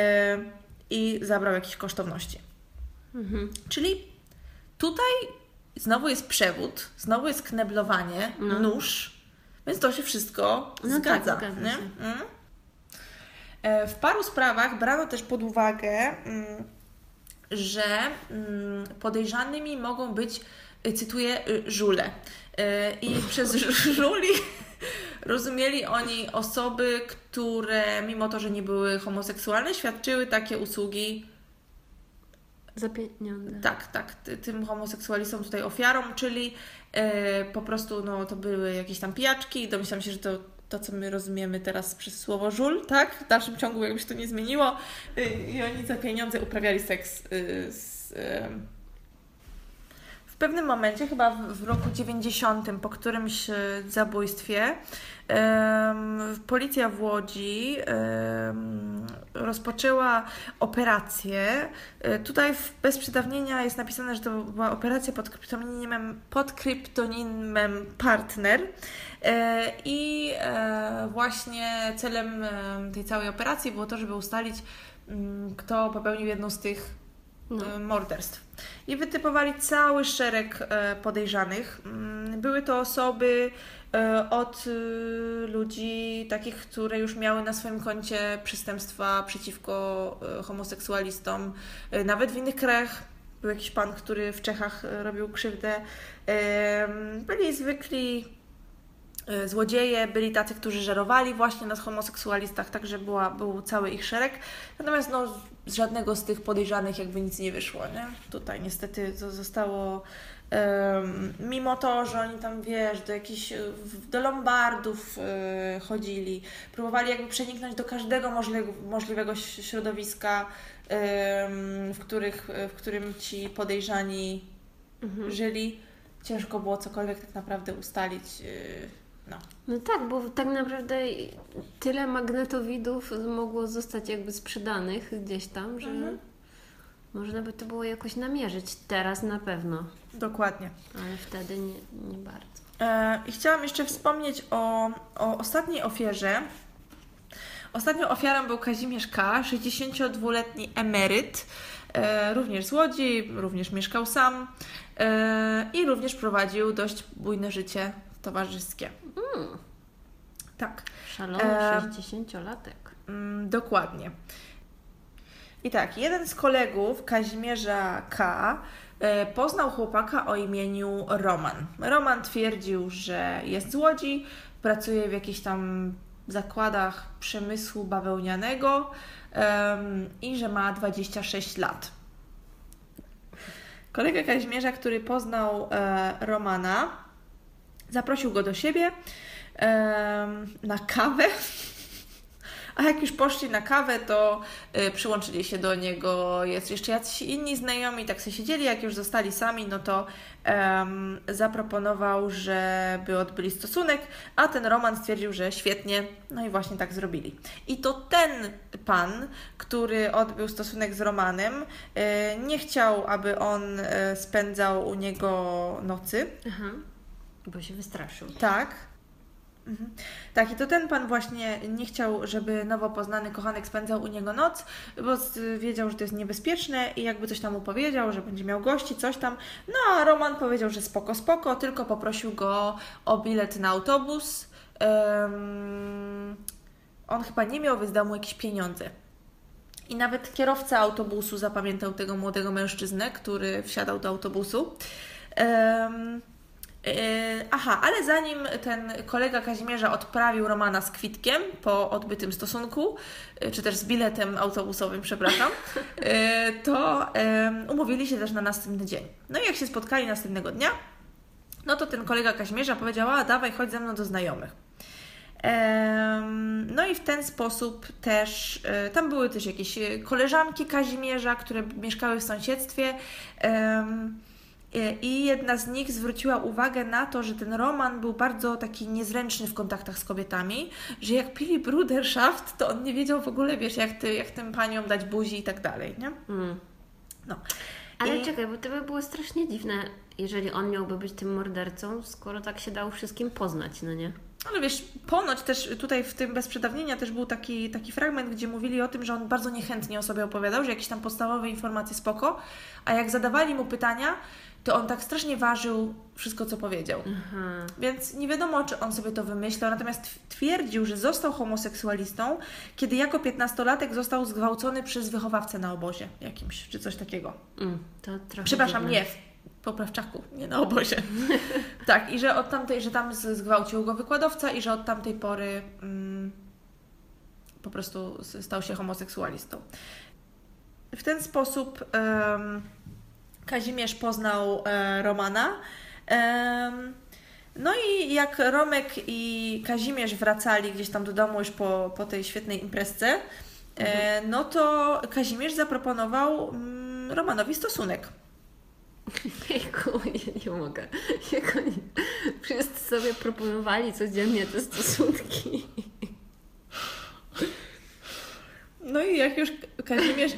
i zabrał jakieś kosztowności. Mhm. Czyli tutaj znowu jest przewód, znowu jest kneblowanie, no. nóż, więc to się wszystko no zgadza. Tak, zgadza nie? Mm. W paru sprawach brano też pod uwagę, że podejrzanymi mogą być, cytuję, żule. I przez żuli rozumieli oni osoby, które mimo to, że nie były homoseksualne, świadczyły takie usługi za pieniądze. Tak, tak. Tym homoseksualistom tutaj ofiarą, czyli e, po prostu no, to były jakieś tam pijaczki. Domyślam się, że to, to, co my rozumiemy teraz przez słowo żul, tak? W dalszym ciągu jakby się to nie zmieniło. E, I oni za pieniądze uprawiali seks e, z... E, w pewnym momencie, chyba w, w roku dziewięćdziesiątym, po którymś zabójstwie, Um, policja w Łodzi um, rozpoczęła operację. Tutaj w, bez przedawnienia jest napisane, że to była operacja pod kryptonimem, pod kryptonimem Partner. E, I e, właśnie celem e, tej całej operacji było to, żeby ustalić, m, kto popełnił jedną z tych no. e, morderstw. I wytypowali cały szereg e, podejrzanych. Były to osoby od ludzi takich, które już miały na swoim koncie przestępstwa przeciwko homoseksualistom. Nawet w innych krajach był jakiś pan, który w Czechach robił krzywdę. Byli zwykli złodzieje, byli tacy, którzy żerowali właśnie na homoseksualistach, także była, był cały ich szereg. Natomiast no, z żadnego z tych podejrzanych jakby nic nie wyszło, nie? Tutaj niestety to zostało Um, mimo to, że oni tam, wiesz, do jakichś, do lombardów y, chodzili, próbowali jakby przeniknąć do każdego możli- możliwego środowiska, y, w, których, w którym ci podejrzani mhm. żyli. Ciężko było cokolwiek tak naprawdę ustalić. Y, no. no tak, bo tak naprawdę tyle magnetowidów mogło zostać jakby sprzedanych gdzieś tam, że... Mhm. Można by to było jakoś namierzyć. Teraz na pewno. Dokładnie. Ale wtedy nie, nie bardzo. E, I chciałam jeszcze wspomnieć o, o ostatniej ofierze. Ostatnią ofiarą był Kazimierz K., sześćdziesięciodwuletni emeryt, e, również z Łodzi, również mieszkał sam e, i również prowadził dość bujne życie towarzyskie. Mm. Tak. Szalony e, sześćdziesięciolatek. Mm, dokładnie. I tak, jeden z kolegów Kazimierza K. poznał chłopaka o imieniu Roman. Roman twierdził, że jest z Łodzi, pracuje w jakichś tam zakładach przemysłu bawełnianego um, i że ma dwadzieścia sześć lat. Kolega Kazimierza, który poznał e, Romana, zaprosił go do siebie e, na kawę. A jak już poszli na kawę, to y, przyłączyli się do niego jest jeszcze jacyś inni znajomi, tak sobie siedzieli, jak już zostali sami, no to um, zaproponował, żeby odbyli stosunek, a ten Roman stwierdził, że świetnie, no i właśnie tak zrobili. I to ten pan, który odbył stosunek z Romanem, y, nie chciał, aby on y, spędzał u niego nocy. Aha, bo się wystraszył. Tak. Mhm. Tak, i to ten pan właśnie nie chciał, żeby nowo poznany kochanek spędzał u niego noc, bo wiedział, że to jest niebezpieczne i jakby coś tam mu powiedział, że będzie miał gości, coś tam. No a Roman powiedział, że spoko, spoko, tylko poprosił go o bilet na autobus. Um, on chyba nie miał, więc dał mu jakieś pieniądze. I nawet kierowca autobusu zapamiętał tego młodego mężczyznę, który wsiadał do autobusu. Um, Aha, ale zanim ten kolega Kazimierza odprawił Romana z kwitkiem po odbytym stosunku, czy też z biletem autobusowym, przepraszam, to umówili się też na następny dzień. No i jak się spotkali następnego dnia, no to ten kolega Kazimierza powiedział: a dawaj, chodź ze mną do znajomych. No i w ten sposób też, tam były też jakieś koleżanki Kazimierza, które mieszkały w sąsiedztwie. I jedna z nich zwróciła uwagę na to, że ten Roman był bardzo taki niezręczny w kontaktach z kobietami, że jak pili Bruderschaft, to on nie wiedział w ogóle, wiesz, jak, ty, jak tym paniom dać buzi i tak dalej, nie? Mm. No. Ale I... czekaj, bo to by było strasznie dziwne, jeżeli on miałby być tym mordercą, skoro tak się dało wszystkim poznać, no nie? Ale wiesz, ponoć też tutaj w tym Bez przedawnienia też był taki, taki fragment, gdzie mówili o tym, że on bardzo niechętnie o sobie opowiadał, że jakieś tam podstawowe informacje spoko, a jak zadawali mu pytania, to on tak strasznie ważył wszystko, co powiedział. Aha. Więc nie wiadomo, czy on sobie to wymyślał, natomiast twierdził, że został homoseksualistą, kiedy jako piętnastolatek został zgwałcony przez wychowawcę na obozie jakimś, czy coś takiego. Mm, to trochę Przepraszam, dziwne. nie, w poprawczaku, nie na obozie. Tak, i że od tamtej, że tam zgwałcił go wykładowca i że od tamtej pory mm, po prostu stał się homoseksualistą. W ten sposób um, Kazimierz poznał e, Romana. E, no i jak Romek i Kazimierz wracali gdzieś tam do domu już po, po tej świetnej imprezce, e, mhm. no to Kazimierz zaproponował mm, Romanowi stosunek. Jejku, ja nie mogę. Jak oni wszyscy sobie proponowali codziennie te stosunki. No i jak już Kazimierz...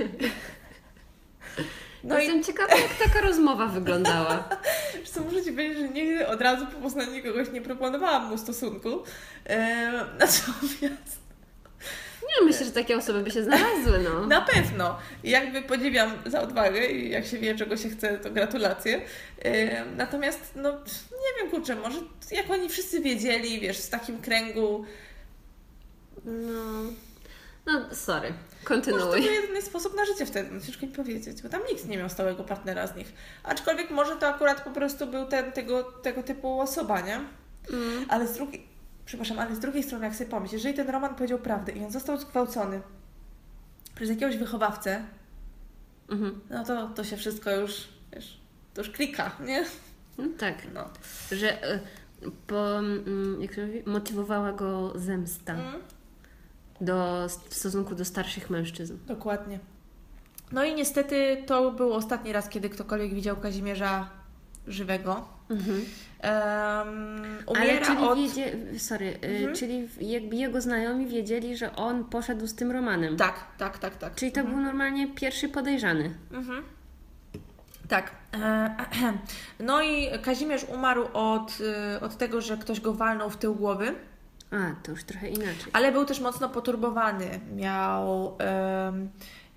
No Jestem i... ciekawa, jak taka rozmowa wyglądała. Co muszę Ci powiedzieć, że nigdy od razu po poznaniu kogoś nie proponowałam mu stosunku. Eee, natomiast... Nie, myślę, że takie osoby by się znalazły, no. Na pewno. Jakby podziwiam za odwagę i jak się wie, czego się chce, to gratulacje. Eee, natomiast, no, nie wiem, kurczę, może jak oni wszyscy wiedzieli, wiesz, w takim kręgu... No... No, sorry. Kontynuuj. Może to był jedyny sposób na życie wtedy, no ciężko mi powiedzieć, bo tam nikt nie miał stałego partnera z nich. Aczkolwiek może to akurat po prostu był ten, tego, tego typu osoba, nie? Mm. Ale z drugiej, przepraszam, ale z drugiej strony, jak sobie pomyśl, jeżeli ten Roman powiedział prawdę i on został zgwałcony przez jakiegoś wychowawcę, mm-hmm. no to, to się wszystko już, wiesz, to już klika, nie? No tak, no. Że y, po, y, jak to mówi, motywowała go zemsta. Mm. Do, w stosunku do starszych mężczyzn. Dokładnie. No i niestety to był ostatni raz, kiedy ktokolwiek widział Kazimierza żywego. Mhm. Um, umiera Ale czyli od... wiedzie... Sorry, mhm. y, czyli jakby jego znajomi wiedzieli, że on poszedł z tym Romanem. Tak, tak, tak, tak. Czyli to mhm. był normalnie pierwszy podejrzany. Mhm. Tak. No i Kazimierz umarł od, od tego, że ktoś go walnął w tył głowy. A, to już trochę inaczej. Ale był też mocno poturbowany. Miał um,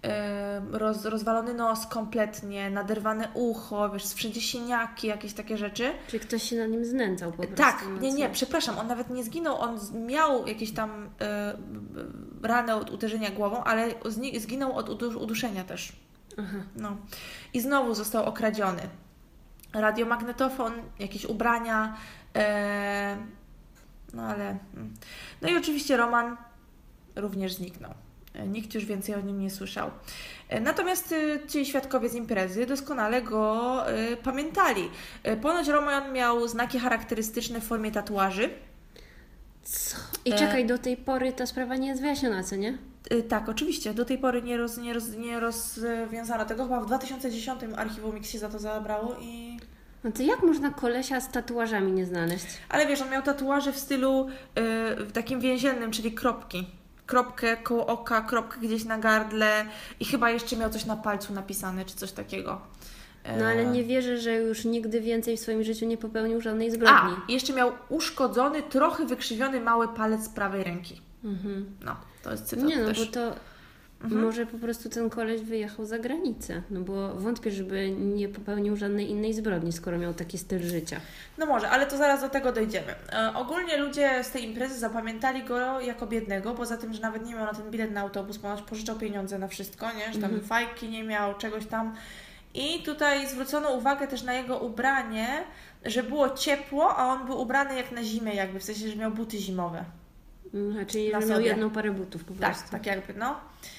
roz, rozwalony nos kompletnie, naderwane ucho, wiesz, wszędzie siniaki, jakieś takie rzeczy. Czyli ktoś się na nim znęcał po prostu. Tak, nie, nie, przepraszam, on nawet nie zginął, on miał jakieś tam y, ranę od uderzenia głową, ale zginął od uduszenia też. Aha. No. I znowu został okradziony. Radiomagnetofon, jakieś ubrania, e, no ale... No i oczywiście Roman również zniknął. Nikt już więcej o nim nie słyszał. Natomiast ci świadkowie z imprezy doskonale go y, pamiętali. Ponoć Roman miał znaki charakterystyczne w formie tatuaży. Co? I czekaj, do tej pory ta sprawa nie jest wyjaśniona, co nie? Y, tak, oczywiście. Do tej pory nie, roz, nie, roz, nie rozwiązano tego. Chyba w dwa tysiące dziesiątym Archiwum X się za to zabrało i... No to jak można kolesia z tatuażami nie znaleźć? Ale wiesz, on miał tatuaże w stylu y, w takim więziennym, czyli kropki. Kropkę koło oka, kropkę gdzieś na gardle i chyba jeszcze miał coś na palcu napisane, czy coś takiego. No ale nie wierzę, że już nigdy więcej w swoim życiu nie popełnił żadnej zbrodni. A, jeszcze miał uszkodzony, trochę wykrzywiony mały palec prawej ręki. Mhm. No, to jest cytat Nie no, też. bo to mhm. może po prostu ten koleś wyjechał za granicę. No bo wątpię, żeby nie popełnił żadnej innej zbrodni, skoro miał taki styl życia. No może, ale to zaraz do tego dojdziemy. E, ogólnie ludzie z tej imprezy zapamiętali go jako biednego, poza tym, że nawet nie miał na ten bilet na autobus, ponoć pożyczał pieniądze na wszystko, nie? Że tam mhm. fajki nie miał, czegoś tam. I tutaj zwrócono uwagę też na jego ubranie, że było ciepło, a on był ubrany jak na zimę jakby, w sensie, że miał buty zimowe. Mhm, czyli że miał jedną parę butów po prostu. Tak, tak jakby, no.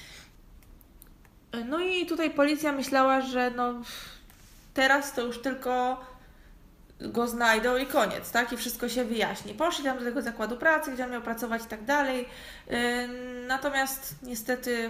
No i tutaj policja myślała, że no teraz to już tylko go znajdą i koniec, tak? I wszystko się wyjaśni. Poszli tam do tego zakładu pracy, gdzie on miał pracować i tak dalej. Natomiast niestety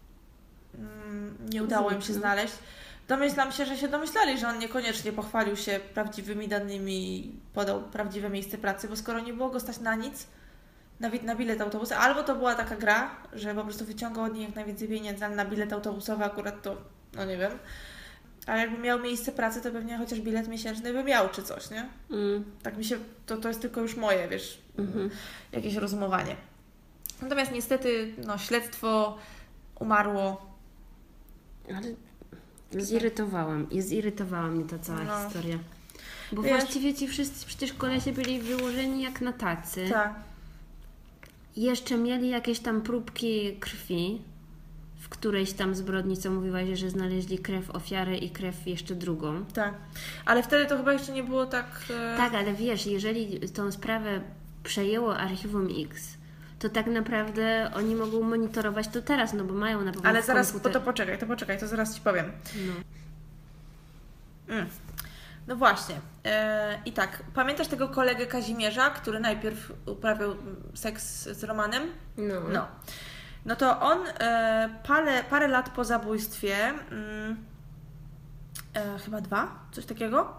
nie udało im się znaleźć. Domyślam się, że się domyślali, że on niekoniecznie pochwalił się prawdziwymi danymi i podał prawdziwe miejsce pracy, bo skoro nie było go stać na nic, na, na bilet autobusowy, albo to była taka gra, że po prostu wyciągał od niej jak najwięcej pieniędzy, ale na bilet autobusowy akurat to, no nie wiem. A jakby miał miejsce pracy, to pewnie chociaż bilet miesięczny by miał, czy coś, nie? Mm. Tak mi się, to, to jest tylko już moje, wiesz, mm-hmm. jakieś rozumowanie. Natomiast niestety, no, śledztwo umarło. Ale zirytowałam, zirytowała mnie ta cała no. historia. Bo wiesz, właściwie ci wszyscy przecież kolesie byli wyłożeni jak na tacy. Tak. Jeszcze mieli jakieś tam próbki krwi w którejś tam zbrodni, co mówiłaś, że znaleźli krew ofiary i krew jeszcze drugą. Tak, ale wtedy to chyba jeszcze nie było tak... E... Tak, ale wiesz, jeżeli tą sprawę przejęło Archiwum X, to tak naprawdę oni mogą monitorować to teraz, no bo mają na pewno Ale zaraz, komputer... bo to poczekaj, to poczekaj, to zaraz Ci powiem. No, mm. no właśnie. E, I tak, pamiętasz tego kolegę Kazimierza, który najpierw uprawiał seks z Romanem? No. No. No to on e, parę, parę lat po zabójstwie, mm, e, chyba dwa, coś takiego,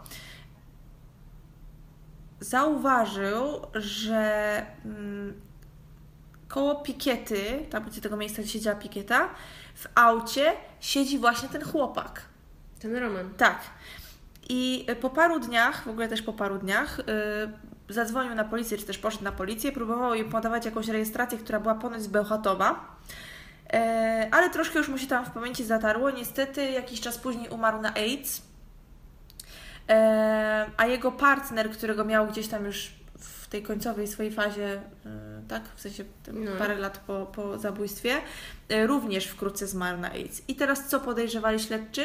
zauważył, że mm, koło pikiety, tam gdzie tego miejsca, gdzie siedziała pikieta, w aucie siedzi właśnie ten chłopak. Ten Roman. Tak. I po paru dniach, w ogóle też po paru dniach, yy, zadzwonił na policję, czy też poszedł na policję, próbował jej podawać jakąś rejestrację, która była ponoć z Bełchatowa, yy, ale troszkę już mu się tam w pamięci zatarło. Niestety jakiś czas później umarł na AIDS, yy, a jego partner, którego miał gdzieś tam już w tej końcowej swojej fazie, yy, tak, w sensie no. parę lat po, po zabójstwie, yy, również wkrótce zmarł na AIDS. I teraz co podejrzewali śledczy?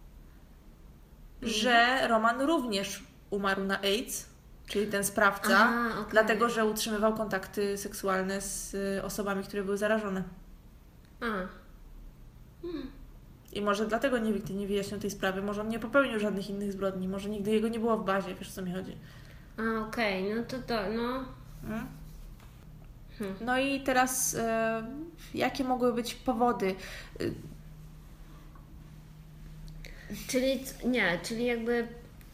Że Roman również umarł na AIDS, czyli ten sprawca, Aha, okay. dlatego, że utrzymywał kontakty seksualne z osobami, które były zarażone. A. Hmm. I może dlatego nikt nie wyjaśnił tej sprawy, może on nie popełnił żadnych innych zbrodni, może nigdy jego nie było w bazie, wiesz o co mi chodzi. A, okej, okay. no to to, no... Hmm? Hmm. No i teraz, e, jakie mogły być powody? Czyli, nie, czyli jakby...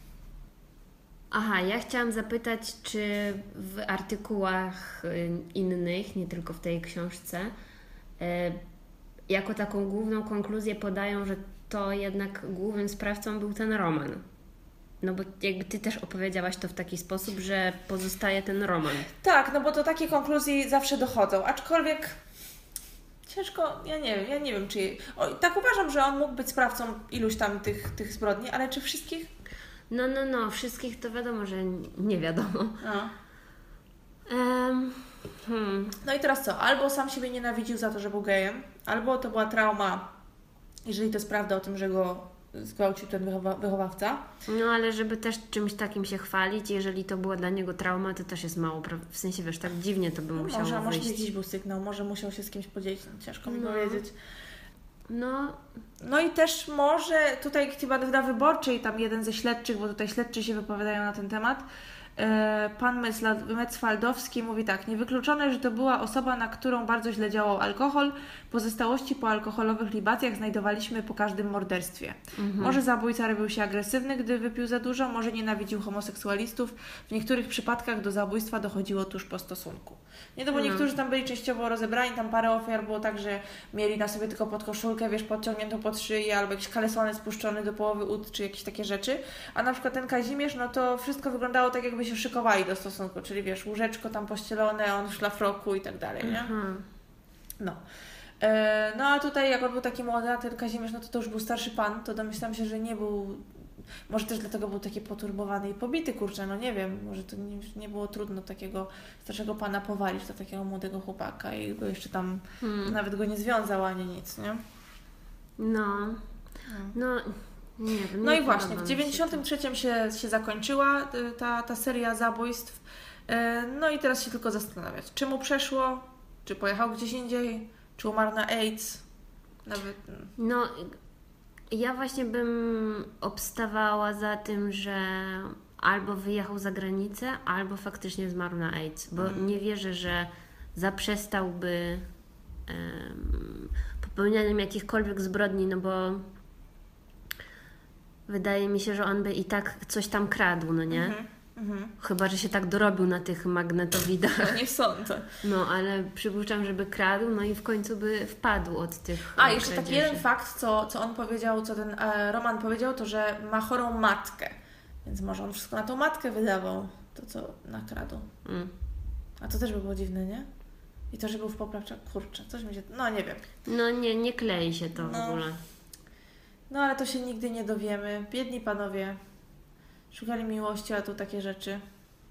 Aha, ja chciałam zapytać, czy w artykułach innych, nie tylko w tej książce, jako taką główną konkluzję podają, że to jednak głównym sprawcą był ten Roman. No bo jakby Ty też opowiedziałaś to w taki sposób, że pozostaje ten Roman. Tak, no bo do takiej konkluzji zawsze dochodzą, aczkolwiek ciężko, ja nie wiem, ja nie wiem, czy... O, tak uważam, że on mógł być sprawcą iluś tam tych, tych zbrodni, ale czy wszystkich? No, no, no, wszystkich to wiadomo, że nie wiadomo. No. Um, hmm. No i teraz co? Albo sam siebie nienawidził za to, że był gejem, albo to była trauma, jeżeli to jest prawda o tym, że go zgwałcił ten wychowa- wychowawca. No ale żeby też czymś takim się chwalić, jeżeli to była dla niego trauma, to też jest mało, w sensie wiesz, tak dziwnie to by No musiało może, wyjść. może jakiś był sygnał, może musiał się z kimś podzielić, no, ciężko mi No. powiedzieć. No, No i też może tutaj chyba na Wyborczej, tam jeden ze śledczych, bo tutaj śledczy się wypowiadają na ten temat, pan Metzfaldowski mówi tak: niewykluczone, że to była osoba, na którą bardzo źle działał alkohol. Pozostałości po alkoholowych libacjach znajdowaliśmy po każdym morderstwie. Mhm. Może zabójca robił się agresywny, gdy wypił za dużo, może nienawidził homoseksualistów. W niektórych przypadkach do zabójstwa dochodziło tuż po stosunku. Nie, no bo mhm. niektórzy tam byli częściowo rozebrani, tam parę ofiar było tak, że mieli na sobie tylko podkoszulkę, wiesz, podciągniętą pod szyję, albo jakiś kalesony spuszczony do połowy ud, czy jakieś takie rzeczy. A na przykład ten Kazimierz, no to wszystko wyglądało tak, jakby się szykowali do stosunku, czyli wiesz, łóżeczko tam pościelone, on w szlafroku i tak dalej, nie? Mhm. No. E, no a tutaj jak on był taki młody, a ten Kazimierz, no to to już był starszy pan, to domyślam się, że nie był, może też dlatego był taki poturbowany i pobity, kurczę, no nie wiem, może to nie, nie było trudno takiego starszego pana powalić do takiego młodego chłopaka i go jeszcze tam, hmm. nawet go nie związał ani nic, nie? No, no... Nie wiem, no nie i właśnie, w dziewięćdziesiątym trzecim się, się zakończyła ta, ta seria zabójstw. No i teraz się tylko zastanawiać, czy mu przeszło, czy pojechał gdzieś indziej, czy umarł na AIDS. Nawet... No, ja właśnie bym obstawała za tym, że albo wyjechał za granicę, albo faktycznie zmarł na AIDS, bo mm. nie wierzę, że zaprzestałby um, popełnianiem jakichkolwiek zbrodni, no bo wydaje mi się, że on by i tak coś tam kradł, no nie? Mm-hmm. Chyba, że się tak dorobił na tych magnetowidach. No nie sądzę. No, ale przypuszczam, żeby kradł, no i w końcu by wpadł od tych A, jeszcze taki jeden fakt, co, co on powiedział, co ten e, Roman powiedział, to, że ma chorą matkę. Więc może on wszystko na tą matkę wydawał, to co nakradł. Mm. A to też by było dziwne, nie? I to, że był w poprawczach, kurczę, coś mi się... No, nie wiem. No, nie, nie klei się to no. w ogóle. No, ale to się nigdy nie dowiemy. Biedni panowie szukali miłości, a tu takie rzeczy.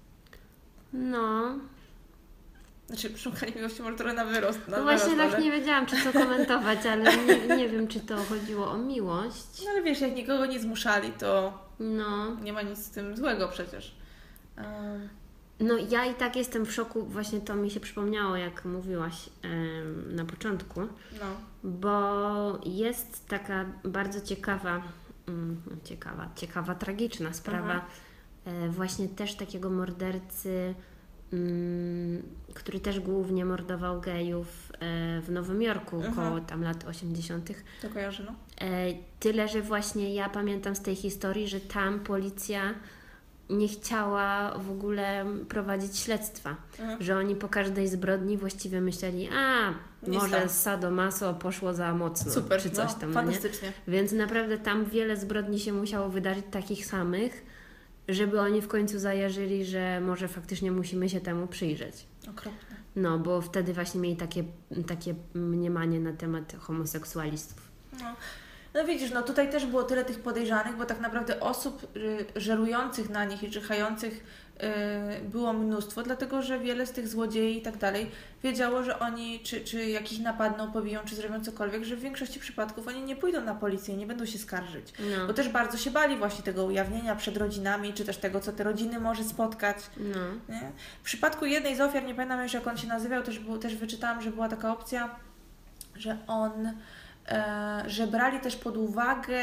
No. Znaczy, szukali miłości może trochę na wyrost. Na no właśnie wyrost, tak ale... nie wiedziałam, czy co komentować, ale nie, nie wiem, czy to chodziło o miłość. No ale wiesz, jak nikogo nie zmuszali, to no. nie ma nic z tym złego przecież. Um... No ja i tak jestem w szoku, właśnie to mi się przypomniało, jak mówiłaś em, na początku, no. bo jest taka bardzo ciekawa, mm, ciekawa, ciekawa, tragiczna sprawa e, właśnie też takiego mordercy, mm, który też głównie mordował gejów e, w Nowym Jorku mhm. około tam lat osiemdziesiątych. To kojarzy, no. E, tyle, że właśnie ja pamiętam z tej historii, że tam policja nie chciała w ogóle prowadzić śledztwa, mhm. że oni po każdej zbrodni właściwie myśleli, a nie może tam. Sadomaso poszło za mocno, super, czy coś no, tam. fantastycznie. Nie? Więc naprawdę tam wiele zbrodni się musiało wydarzyć takich samych, żeby oni w końcu zajarzyli, że może faktycznie musimy się temu przyjrzeć. Okropne. No, bo wtedy właśnie mieli takie, takie mniemanie na temat homoseksualistów. No. No widzisz, no tutaj też było tyle tych podejrzanych, bo tak naprawdę osób y, żerujących na nich i czyhających y, było mnóstwo, dlatego że wiele z tych złodziei i tak dalej wiedziało, że oni, czy, czy jakiś napadną, pobiją, czy zrobią cokolwiek, że w większości przypadków oni nie pójdą na policję i nie będą się skarżyć. No. Bo też bardzo się bali właśnie tego ujawnienia przed rodzinami, czy też tego, co te rodziny może spotkać. No. Nie? W przypadku jednej z ofiar, nie pamiętam już jak on się nazywał, też, było, też wyczytałam, że była taka opcja, że on... E, że brali też pod uwagę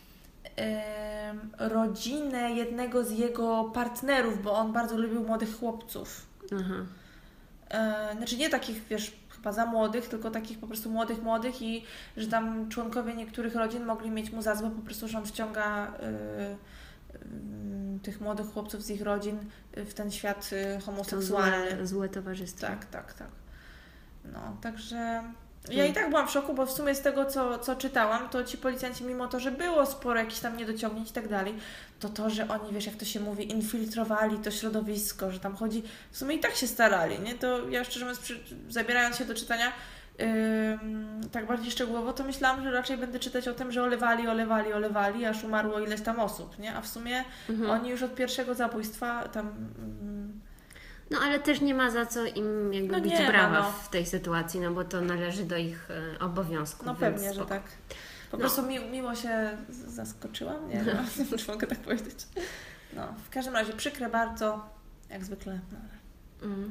e, rodzinę jednego z jego partnerów, bo on bardzo lubił młodych chłopców. Aha. E, znaczy nie takich, wiesz, chyba za młodych, tylko takich po prostu młodych, młodych i że tam członkowie niektórych rodzin mogli mieć mu za złe po prostu, że on wciąga e, e, tych młodych chłopców z ich rodzin w ten świat e, homoseksualny. Złe, złe towarzystwo. Tak, tak, tak. No, także... Ja i tak byłam w szoku, bo w sumie z tego, co, co czytałam, to ci policjanci, mimo to, że było sporo jakichś tam niedociągnięć i tak dalej, to to, że oni, wiesz, jak to się mówi, infiltrowali to środowisko, że tam chodzi, w sumie i tak się starali, nie? To ja szczerze mówiąc, przy, zabierając się do czytania, Ym, tak bardziej szczegółowo, to myślałam, że raczej będę czytać o tym, że olewali, olewali, olewali, aż umarło ileś tam osób, nie? A w sumie mhm. oni już od pierwszego zabójstwa tam... Mm, no ale też nie ma za co im jakby no bić nie brawa ma, no. w tej sytuacji, no bo to należy do ich e, obowiązków. No pewnie, że tak. Po no. prostu mi, miło się zaskoczyłam, nie wiem, no. czy mogę tak powiedzieć. No, w każdym razie przykre bardzo, jak zwykle. No. Mm.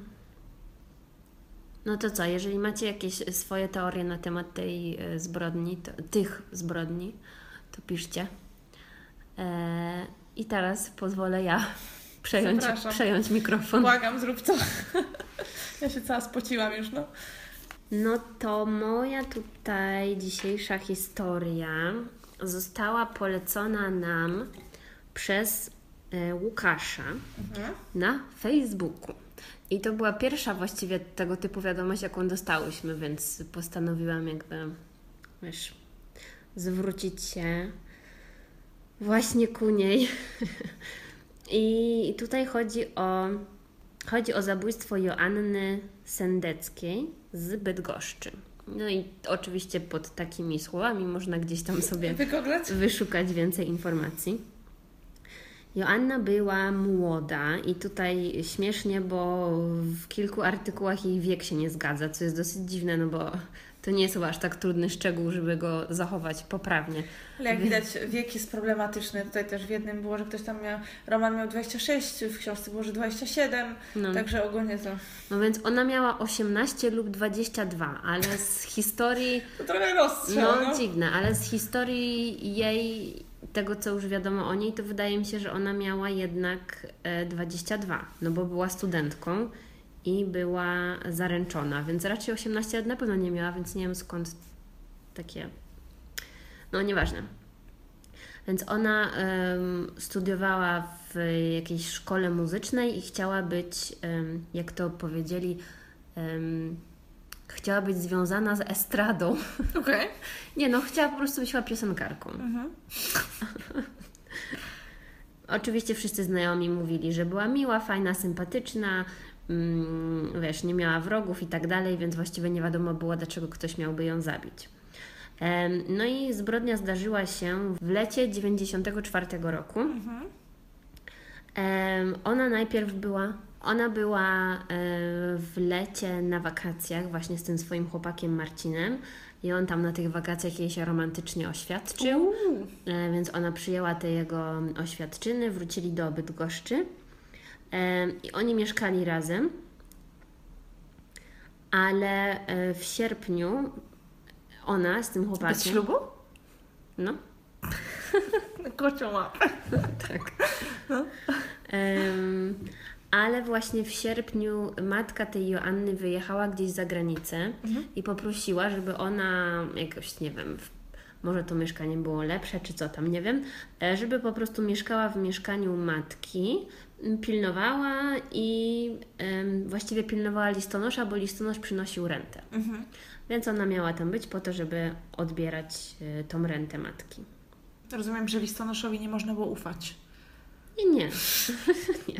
No to co, jeżeli macie jakieś swoje teorie na temat tej zbrodni, to, tych zbrodni, to piszcie. E, I teraz pozwolę ja przejąć, przejąć mikrofon. Błagam, zrób to. Ja się cała spociłam już, no. No to moja tutaj dzisiejsza historia została polecona nam przez e, Łukasza mhm. na Facebooku. I to była pierwsza właściwie tego typu wiadomość, jaką dostałyśmy, więc postanowiłam jakby, wiesz, zwrócić się właśnie ku niej. I tutaj chodzi o, chodzi o zabójstwo Joanny Sendeckiej z Bydgoszczy. No i oczywiście pod takimi słowami można gdzieś tam sobie Wygoglać? wyszukać więcej informacji. Joanna była młoda i tutaj śmiesznie, bo w kilku artykułach jej wiek się nie zgadza, co jest dosyć dziwne, no bo to nie jest chyba aż tak trudny szczegół, żeby go zachować poprawnie. Ale jak widać, wiek jest problematyczny. Tutaj też w jednym było, że ktoś tam miał, Roman miał dwadzieścia sześć, w książce było, że dwadzieścia siedem, no. Także ogólnie to... No więc ona miała osiemnaście lub dwadzieścia dwa, ale z historii... To trochę rozstrzał, no, no dziwne, ale z historii jej... tego, co już wiadomo o niej, to wydaje mi się, że ona miała jednak dwadzieścia dwa, no bo była studentką i była zaręczona, więc raczej osiemnaście lat na pewno nie miała, więc nie wiem skąd takie... No nieważne. Więc ona um, studiowała w jakiejś szkole muzycznej i chciała być, um, jak to powiedzieli, um, chciała być związana z estradą. Okej. Okay. Nie no, chciała po prostu być piosenkarką. Mhm. Oczywiście wszyscy znajomi mówili, że była miła, fajna, sympatyczna, mm, wiesz, nie miała wrogów i tak dalej, więc właściwie nie wiadomo było, dlaczego ktoś miałby ją zabić. Ehm, no i zbrodnia zdarzyła się w lecie dziewięćdziesiątego czwartego roku. Mhm. Ehm, ona najpierw była... Ona była w lecie na wakacjach właśnie z tym swoim chłopakiem Marcinem i on tam na tych wakacjach jej się romantycznie oświadczył, Uuu. więc ona przyjęła te jego oświadczyny, wrócili do Bydgoszczy i oni mieszkali razem, ale w sierpniu ona z tym chłopakiem... Bez ślubu? No. Kocią łapę. Tak. No. Um, Ale właśnie w sierpniu matka tej Joanny wyjechała gdzieś za granicę mhm. i poprosiła, żeby ona jakoś, nie wiem, może to mieszkanie było lepsze, czy co tam, nie wiem, żeby po prostu mieszkała w mieszkaniu matki, pilnowała i um, właściwie pilnowała listonosza, bo listonosz przynosił rentę. Mhm. Więc ona miała tam być po to, żeby odbierać y, tą rentę matki. Rozumiem, że listonoszowi nie można było ufać. Nie, nie. nie.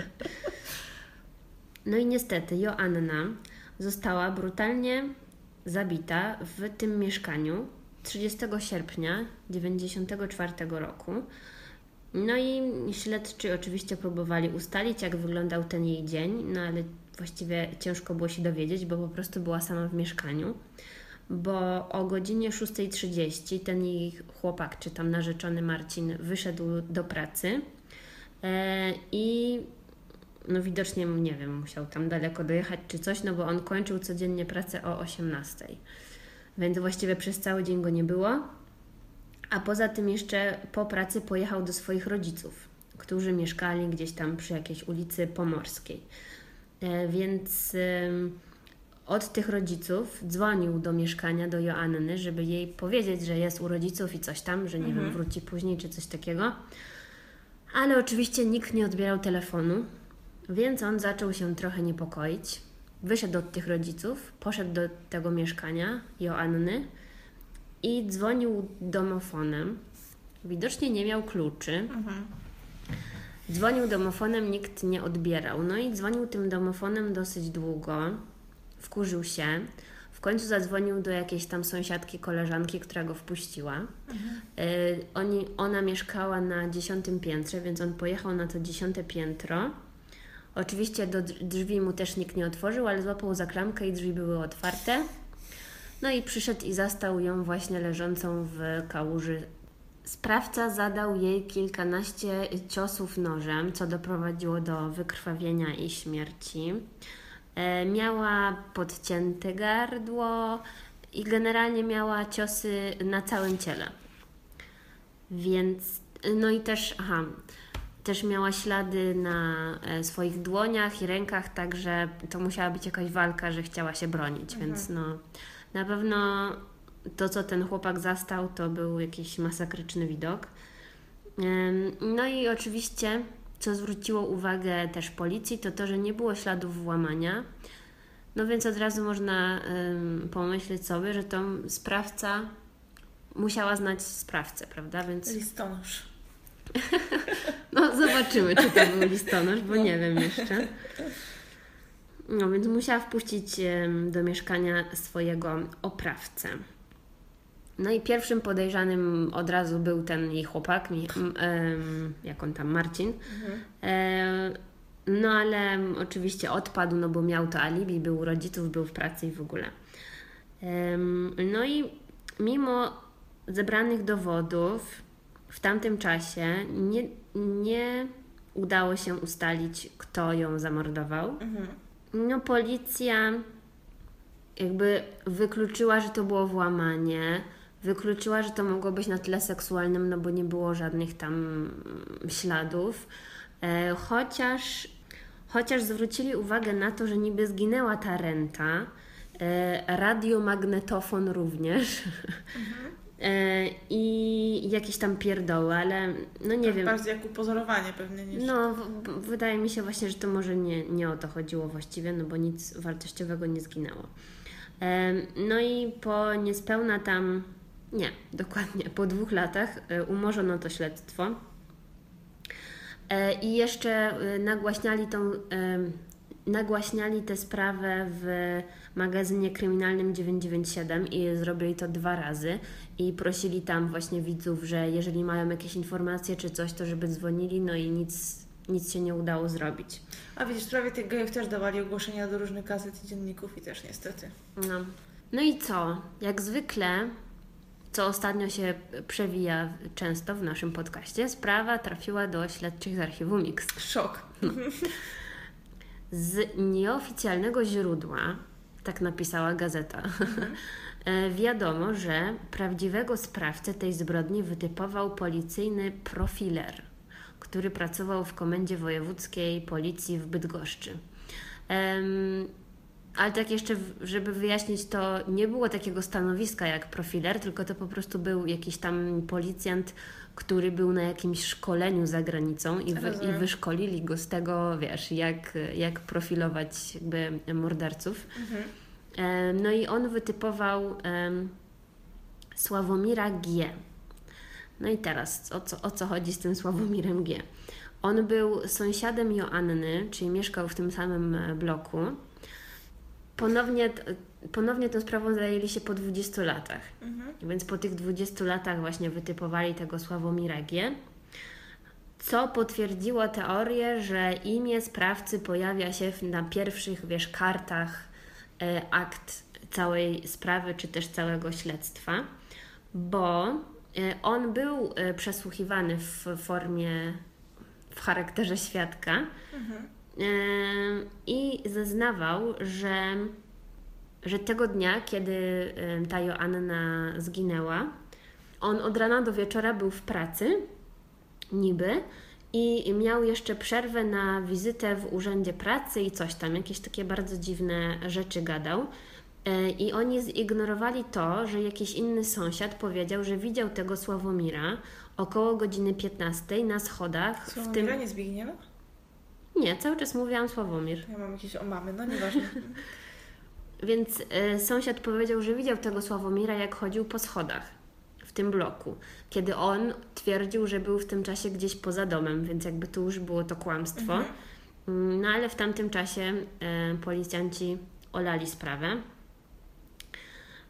No i niestety Joanna została brutalnie zabita w tym mieszkaniu trzydziestego sierpnia dziewięćdziesiątego czwartego roku. No i śledczy oczywiście próbowali ustalić, jak wyglądał ten jej dzień, no ale właściwie ciężko było się dowiedzieć, bo po prostu była sama w mieszkaniu. Bo o godzinie szósta trzydzieści ten jej chłopak, czy tam narzeczony Marcin, wyszedł do pracy yy, i no widocznie, nie wiem, musiał tam daleko dojechać czy coś, no bo on kończył codziennie pracę o osiemnastej. Więc właściwie przez cały dzień go nie było. A poza tym jeszcze po pracy pojechał do swoich rodziców, którzy mieszkali gdzieś tam przy jakiejś ulicy Pomorskiej. E, więc e, od tych rodziców dzwonił do mieszkania, do Joanny, żeby jej powiedzieć, że jest u rodziców i coś tam, że nie mhm. wiem, wróci później czy coś takiego. Ale oczywiście nikt nie odbierał telefonu. Więc on zaczął się trochę niepokoić. Wyszedł od tych rodziców, poszedł do tego mieszkania Joanny i dzwonił domofonem. Widocznie nie miał kluczy. Mhm. Dzwonił domofonem, nikt nie odbierał. No i dzwonił tym domofonem dosyć długo. Wkurzył się. W końcu zadzwonił do jakiejś tam sąsiadki, koleżanki, która go wpuściła. Mhm. Y, oni, ona mieszkała na dziesiątym piętrze, więc on pojechał na to dziesiąte piętro. Oczywiście do drzwi mu też nikt nie otworzył, ale złapał za klamkę i drzwi były otwarte. No i przyszedł i zastał ją właśnie leżącą w kałuży. Sprawca zadał jej kilkanaście ciosów nożem, co doprowadziło do wykrwawienia i śmierci. E, miała podcięte gardło i generalnie miała ciosy na całym ciele. Więc, no i też, aha, też miała ślady na e, swoich dłoniach i rękach, także to musiała być jakaś walka, że chciała się bronić, mhm. więc no na pewno to, co ten chłopak zastał, to był jakiś masakryczny widok. No i oczywiście, co zwróciło uwagę też policji, to to, że nie było śladów włamania. No więc od razu można um, pomyśleć sobie, że to sprawca musiała znać sprawcę, prawda? Więc... Listonosz. No zobaczymy, czy to był listonosz, bo no. nie wiem jeszcze. No więc musiała wpuścić um, do mieszkania swojego oprawcę. No i pierwszym podejrzanym od razu był ten jej chłopak, jak on tam, Marcin. Mhm. No ale oczywiście odpadł, no bo miał to alibi, był u rodziców, był w pracy i w ogóle. No i mimo zebranych dowodów w tamtym czasie nie, nie udało się ustalić, kto ją zamordował. Mhm. No policja jakby wykluczyła, że to było włamanie. Wykluczyła, że to mogło być na tle seksualnym, no bo nie było żadnych tam śladów. E, chociaż, chociaż zwrócili uwagę na to, że niby zginęła ta renta, e, radiomagnetofon również mhm. e, i jakieś tam pierdoły, ale no nie tak wiem. Bardziej jak upozorowanie pewnie niż... No, w, wydaje mi się właśnie, że to może nie, nie o to chodziło właściwie, no bo nic wartościowego nie zginęło. E, no i po niespełna tam Nie, dokładnie. Po dwóch latach umorzono to śledztwo i jeszcze nagłaśniali, tą, nagłaśniali tę sprawę w magazynie kryminalnym dziewięćset dziewięćdziesiąt siedem i zrobili to dwa razy i prosili tam właśnie widzów, że jeżeli mają jakieś informacje czy coś, to żeby dzwonili, no i nic, nic się nie udało zrobić. A widzisz, prawie tych gejów też dawali ogłoszenia do różnych gazet i dzienników i też niestety. No, no i co? Jak zwykle... co ostatnio się przewija często w naszym podcaście, sprawa trafiła do śledczych z archiwum X. Szok. No. Z nieoficjalnego źródła, tak napisała gazeta, mhm. wiadomo, że prawdziwego sprawcę tej zbrodni wytypował policyjny profiler, który pracował w Komendzie Wojewódzkiej Policji w Bydgoszczy. Um, Ale tak jeszcze, żeby wyjaśnić, to nie było takiego stanowiska jak profiler, tylko to po prostu był jakiś tam policjant, który był na jakimś szkoleniu za granicą i, wy, i wyszkolili go z tego, wiesz, jak, jak profilować jakby morderców. Mhm. E, no i on wytypował e, Sławomira G. No i teraz, o co, o co chodzi z tym Sławomirem G? On był sąsiadem Joanny, czyli mieszkał w tym samym bloku. Ponownie, ponownie tą sprawą zajęli się po dwudziestu latach. Mhm. Więc po tych dwudziestu latach właśnie wytypowali tego Sławomira G., co potwierdziło teorię, że imię sprawcy pojawia się na pierwszych, wiesz, kartach e, akt całej sprawy, czy też całego śledztwa, bo e, on był e, przesłuchiwany w formie, w charakterze świadka, mhm. I zeznawał, że, że tego dnia, kiedy ta Joanna zginęła, on od rana do wieczora był w pracy, niby, i miał jeszcze przerwę na wizytę w urzędzie pracy i coś tam, jakieś takie bardzo dziwne rzeczy gadał. I oni zignorowali to, że jakiś inny sąsiad powiedział, że widział tego Sławomira około godziny piętnastej na schodach. Sławomira, w tym... nie Zbigniewa? Nie, cały czas mówiłam Sławomir. Ja mam jakieś omamy, no nieważne. Więc y, sąsiad powiedział, że widział tego Sławomira, jak chodził po schodach w tym bloku, kiedy on twierdził, że był w tym czasie gdzieś poza domem, więc jakby tu już było to kłamstwo. Mhm. No ale w tamtym czasie y, policjanci olali sprawę.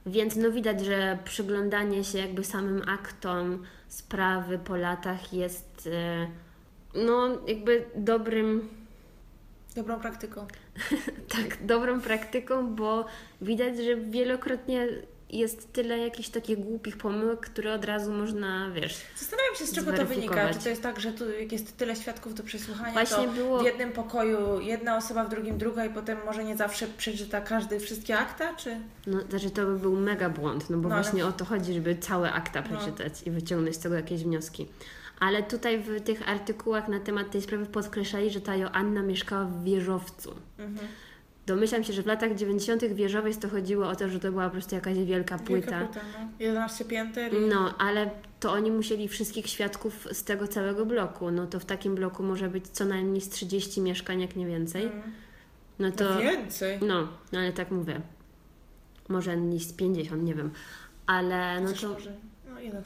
Więc no widać, że przyglądanie się jakby samym aktom sprawy po latach jest no jakby dobrym... Dobrą praktyką. tak, dobrą praktyką, bo widać, że wielokrotnie jest tyle jakichś takich głupich pomyłek, które od razu można, wiesz, zastanawiam się, z czego to wynika. Czy to jest tak, że tu jak jest tyle świadków do przesłuchania, Właśnie to było... w jednym pokoju jedna osoba, w drugim druga i potem może nie zawsze przeczyta każdy wszystkie akta, czy... No, znaczy to by był mega błąd, no bo no, właśnie ale... o to chodzi, żeby całe akta przeczytać no. i wyciągnąć z tego jakieś wnioski. Ale tutaj w tych artykułach na temat tej sprawy podkreślali, że ta Joanna mieszkała w wieżowcu. Mhm. Domyślam się, że w latach dziewięćdziesiątych wieżowiec to chodziło o to, że to była po prostu jakaś wielka płyta. Wielka płyta, no. jedenaście pięter. I... No, ale to oni musieli wszystkich świadków z tego całego bloku. No to w takim bloku może być co najmniej z trzydzieści mieszkań, jak nie więcej. Mm. No to... No więcej? No, no, ale tak mówię. Może niż z pięćdziesiąt, nie wiem. Ale no to... Może... No ile?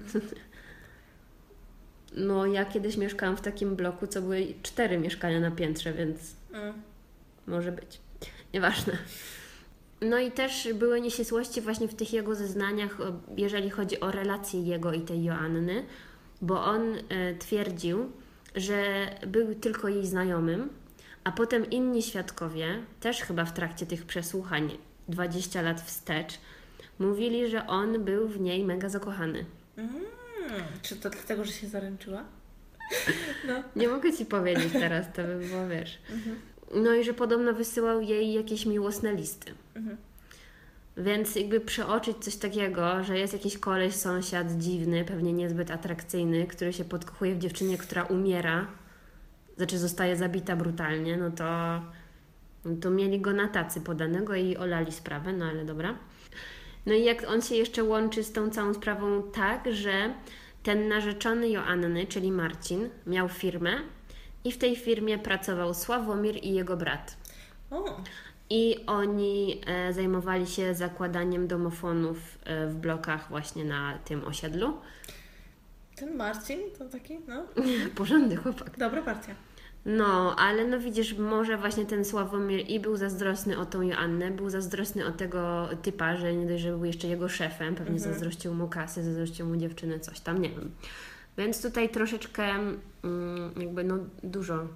No ja kiedyś mieszkałam w takim bloku, co były cztery mieszkania na piętrze, więc mm. może być. Nieważne. No i też były nieścisłości właśnie w tych jego zeznaniach, jeżeli chodzi o relacje jego i tej Joanny, bo on e, twierdził, że był tylko jej znajomym, a potem inni świadkowie, też chyba w trakcie tych przesłuchań dwadzieścia lat wstecz, mówili, że on był w niej mega zakochany. Mm. Czy to dlatego, że się zaręczyła? No. Nie mogę Ci powiedzieć teraz, to by było, wiesz. Mhm. No i że podobno wysyłał jej jakieś miłosne listy. Mhm. Więc jakby przeoczyć coś takiego, że jest jakiś koleś, sąsiad dziwny, pewnie niezbyt atrakcyjny, który się podkochuje w dziewczynie, która umiera, znaczy zostaje zabita brutalnie, no to, to mieli go na tacy podanego i olali sprawę, no ale dobra. No i jak on się jeszcze łączy z tą całą sprawą tak, że ten narzeczony Joanny, czyli Marcin, miał firmę i w tej firmie pracował Sławomir i jego brat. O. I oni e, zajmowali się zakładaniem domofonów e, w blokach właśnie na tym osiedlu. Ten Marcin to taki, no... Porządny chłopak. Dobra partia. No, ale no widzisz, może właśnie ten Sławomir i był zazdrosny o tą Joannę, był zazdrosny o tego typa, że nie dość, że był jeszcze jego szefem, pewnie mhm. zazdrościł mu kasy, zazdrościł mu dziewczynę, coś tam, nie wiem. Więc tutaj troszeczkę mm, jakby no dużo,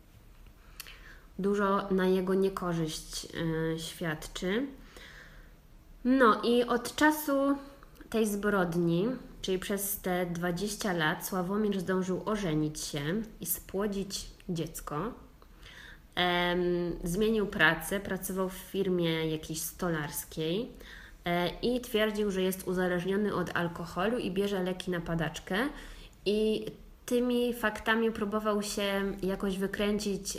dużo na jego niekorzyść yy, świadczy. No i od czasu tej zbrodni, czyli przez te dwadzieścia lat, Sławomir zdążył ożenić się i spłodzić dziecko. Ehm, zmienił pracę, pracował w firmie jakiejś stolarskiej e, i twierdził, że jest uzależniony od alkoholu i bierze leki na padaczkę. I tymi faktami próbował się jakoś wykręcić e,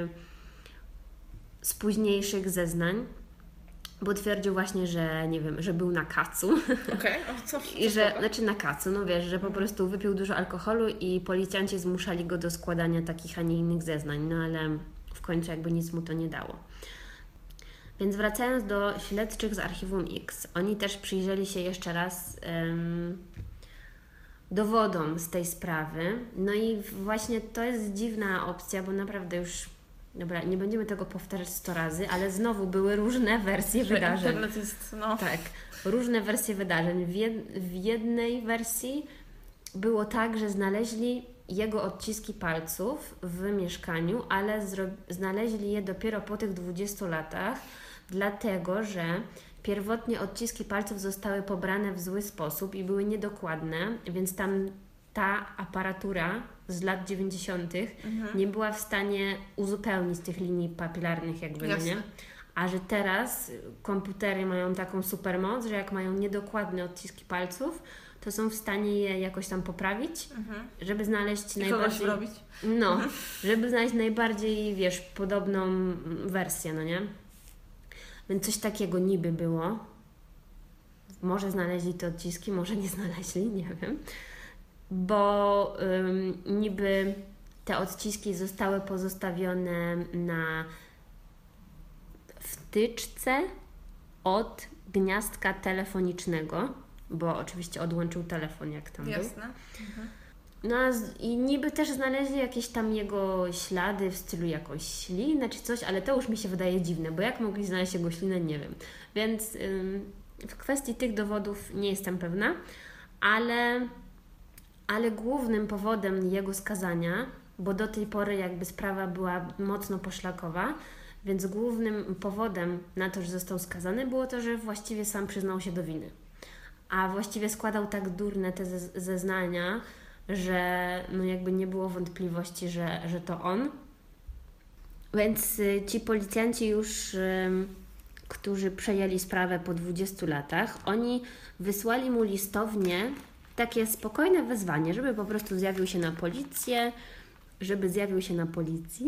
z późniejszych zeznań. Bo twierdził właśnie, że nie wiem, że był na kacu. Okej, okay. co? I że, znaczy na kacu, no wiesz, że po prostu wypił dużo alkoholu i policjanci zmuszali go do składania takich, a nie innych zeznań, no ale w końcu jakby nic mu to nie dało. Więc wracając do śledczych z Archiwum X, oni też przyjrzeli się jeszcze raz um, dowodom z tej sprawy. No i właśnie to jest dziwna opcja, bo naprawdę już... Dobra, nie będziemy tego powtarzać sto razy, ale znowu były różne wersje że wydarzeń. Internet jest, no... Tak, różne wersje wydarzeń. W, jed- w jednej wersji było tak, że znaleźli jego odciski palców w mieszkaniu, ale zro- znaleźli je dopiero po tych dwudziestu latach, dlatego że pierwotnie odciski palców zostały pobrane w zły sposób i były niedokładne, więc tam ta aparatura z lat dziewięćdziesiątych mhm. nie była w stanie uzupełnić tych linii papilarnych jakby, no nie? A że teraz komputery mają taką supermoc, że jak mają niedokładne odciski palców, to są w stanie je jakoś tam poprawić, mhm. żeby znaleźć I najbardziej... robić. No, mhm. żeby znaleźć najbardziej, wiesz, podobną wersję, no nie? Więc coś takiego niby było. Może znaleźli te odciski, może nie znaleźli, nie wiem. Bo ym, niby te odciski zostały pozostawione na wtyczce od gniazdka telefonicznego, bo oczywiście odłączył telefon, jak tam Jasne. był. Mhm. No a z, i niby też znaleźli jakieś tam jego ślady w stylu jakąś ślinę czy coś, ale to już mi się wydaje dziwne, bo jak mogli znaleźć jego ślinę, nie wiem. Więc ym, w kwestii tych dowodów nie jestem pewna, ale, ale głównym powodem jego skazania, bo do tej pory jakby sprawa była mocno poszlakowa, więc głównym powodem na to, że został skazany, było to, że właściwie sam przyznał się do winy. A właściwie składał tak durne te zeznania, że no jakby nie było wątpliwości, że, że to on. Więc ci policjanci już, którzy przejęli sprawę po dwudziestu latach, oni wysłali mu listownie takie spokojne wezwanie, żeby po prostu zjawił się na policję, żeby zjawił się na policji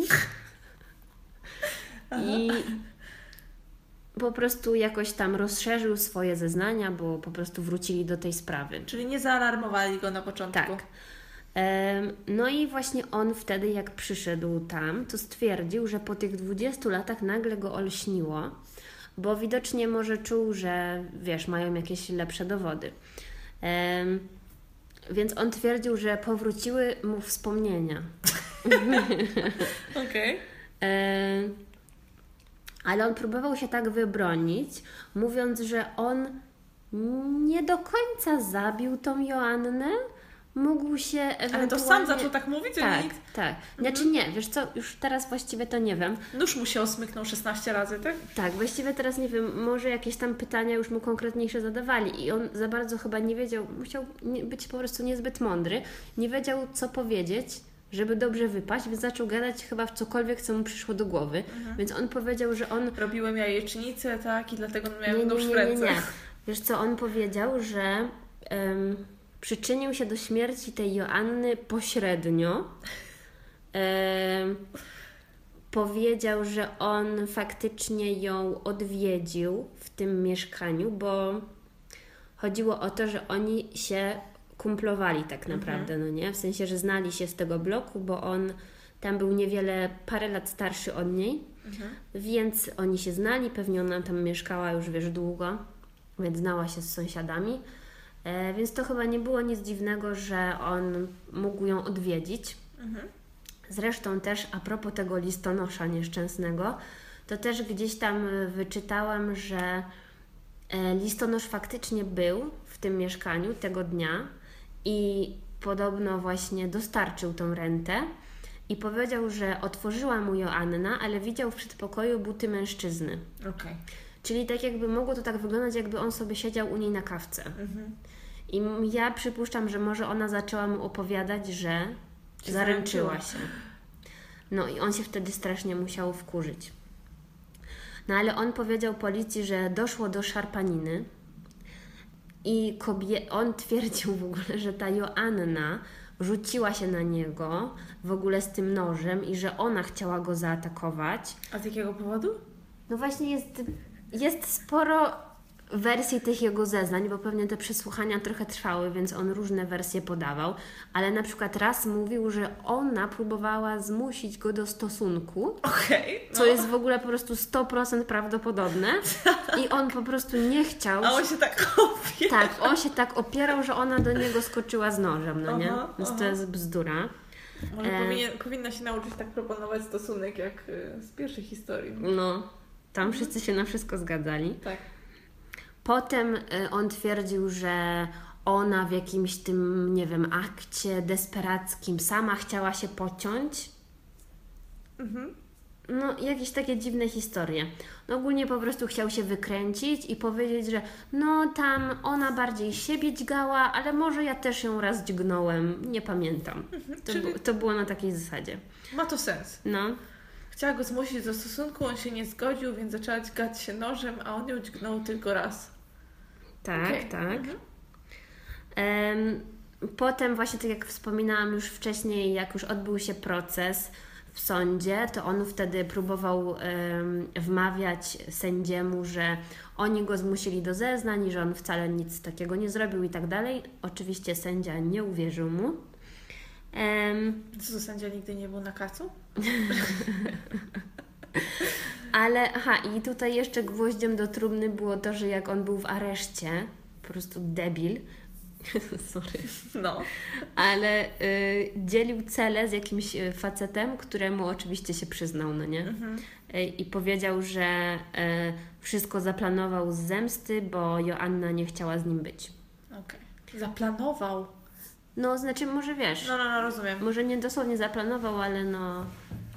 i po prostu jakoś tam rozszerzył swoje zeznania, bo po prostu wrócili do tej sprawy. Czyli nie zaalarmowali go na początku. Tak. No i właśnie on wtedy, jak przyszedł tam, to stwierdził, że po tych dwudziestu latach nagle go olśniło, bo widocznie może czuł, że wiesz, mają jakieś lepsze dowody. Więc on twierdził, że powróciły mu wspomnienia. Okej. Okay. Ale on próbował się tak wybronić, mówiąc, że on nie do końca zabił tą Joannę, mógł się ewentualnie... Ale to sam zaczął tak mówić? Tak, nic? tak. Znaczy mhm. nie, wiesz co, już teraz właściwie to nie wiem. Nóż mu się osmyknął szesnaście razy, tak? Tak, właściwie teraz nie wiem, może jakieś tam pytania już mu konkretniejsze zadawali i on za bardzo chyba nie wiedział, musiał być po prostu niezbyt mądry, nie wiedział co powiedzieć, żeby dobrze wypaść, więc zaczął gadać chyba w cokolwiek, co mu przyszło do głowy. Mhm. Więc on powiedział, że on... Robiłem jajecznicę, tak? I dlatego miałem nie, nóż nie, w nie, ręce. Nie, nie. Wiesz co, on powiedział, że um, przyczynił się do śmierci tej Joanny pośrednio. Um, powiedział, że on faktycznie ją odwiedził w tym mieszkaniu, bo chodziło o to, że oni się kumplowali tak naprawdę, mhm. no nie? W sensie, że znali się z tego bloku, bo on tam był niewiele, parę lat starszy od niej, mhm. więc oni się znali, pewnie ona tam mieszkała już, wiesz, długo, więc znała się z sąsiadami, e, więc to chyba nie było nic dziwnego, że on mógł ją odwiedzić. Mhm. Zresztą też a propos tego listonosza nieszczęsnego, to też gdzieś tam wyczytałam, że e, listonosz faktycznie był w tym mieszkaniu tego dnia i podobno właśnie dostarczył tą rentę i powiedział, że otworzyła mu Joanna, ale widział w przedpokoju buty mężczyzny. Okay. Czyli tak jakby mogło to tak wyglądać, jakby on sobie siedział u niej na kawce. Mhm. I ja przypuszczam, że może ona zaczęła mu opowiadać, że się zaręczyła, zaręczyła się. No i on się wtedy strasznie musiał wkurzyć. No ale on powiedział policji, że doszło do szarpaniny i kobie- on twierdził w ogóle, że ta Joanna rzuciła się na niego w ogóle z tym nożem i że ona chciała go zaatakować. A z jakiego powodu? No właśnie jest, jest sporo wersji tych jego zeznań, bo pewnie te przesłuchania trochę trwały, więc on różne wersje podawał, ale na przykład raz mówił, że ona próbowała zmusić go do stosunku, okay, no. co jest w ogóle po prostu sto procent prawdopodobne i on po prostu nie chciał. A on się tak opierał. Tak, on się tak opierał, że ona do niego skoczyła z nożem, no nie? Aha, więc aha. to jest bzdura. Może e... powinien, powinna się nauczyć tak proponować stosunek jak z pierwszej historii. No, tam wszyscy się na wszystko zgadzali. Tak. Potem on twierdził, że ona w jakimś tym, nie wiem, akcie desperackim sama chciała się pociąć. Mhm. No, jakieś takie dziwne historie. No, ogólnie po prostu chciał się wykręcić i powiedzieć, że no tam ona bardziej siebie dźgała, ale może ja też ją raz dźgnąłem, nie pamiętam. Mhm. To, Czyli... bu- to było na takiej zasadzie. Ma to sens. No. Chciała go zmusić do stosunku, on się nie zgodził, więc zaczęła dźgać się nożem, a on ją dźgnął tylko raz. Tak, okay. tak. Mhm. Um, potem właśnie, tak jak wspominałam już wcześniej, jak już odbył się proces w sądzie, to on wtedy próbował um, wmawiać sędziemu, że oni go zmusili do zeznań i że on wcale nic takiego nie zrobił i tak dalej. Oczywiście sędzia nie uwierzył mu. Um, Co, sędzia nigdy nie był na kacu? Ale, aha, i tutaj jeszcze gwoździem do trumny było to, że jak on był w areszcie, po prostu debil, sorry, no, ale y, dzielił celę z jakimś facetem, któremu oczywiście się przyznał, no nie? Mhm. i powiedział, że wszystko zaplanował z zemsty, bo Joanna nie chciała z nim być. Okej. Okay. Zaplanował? No, znaczy może wiesz. No, no, no, rozumiem. Może nie dosłownie zaplanował, ale no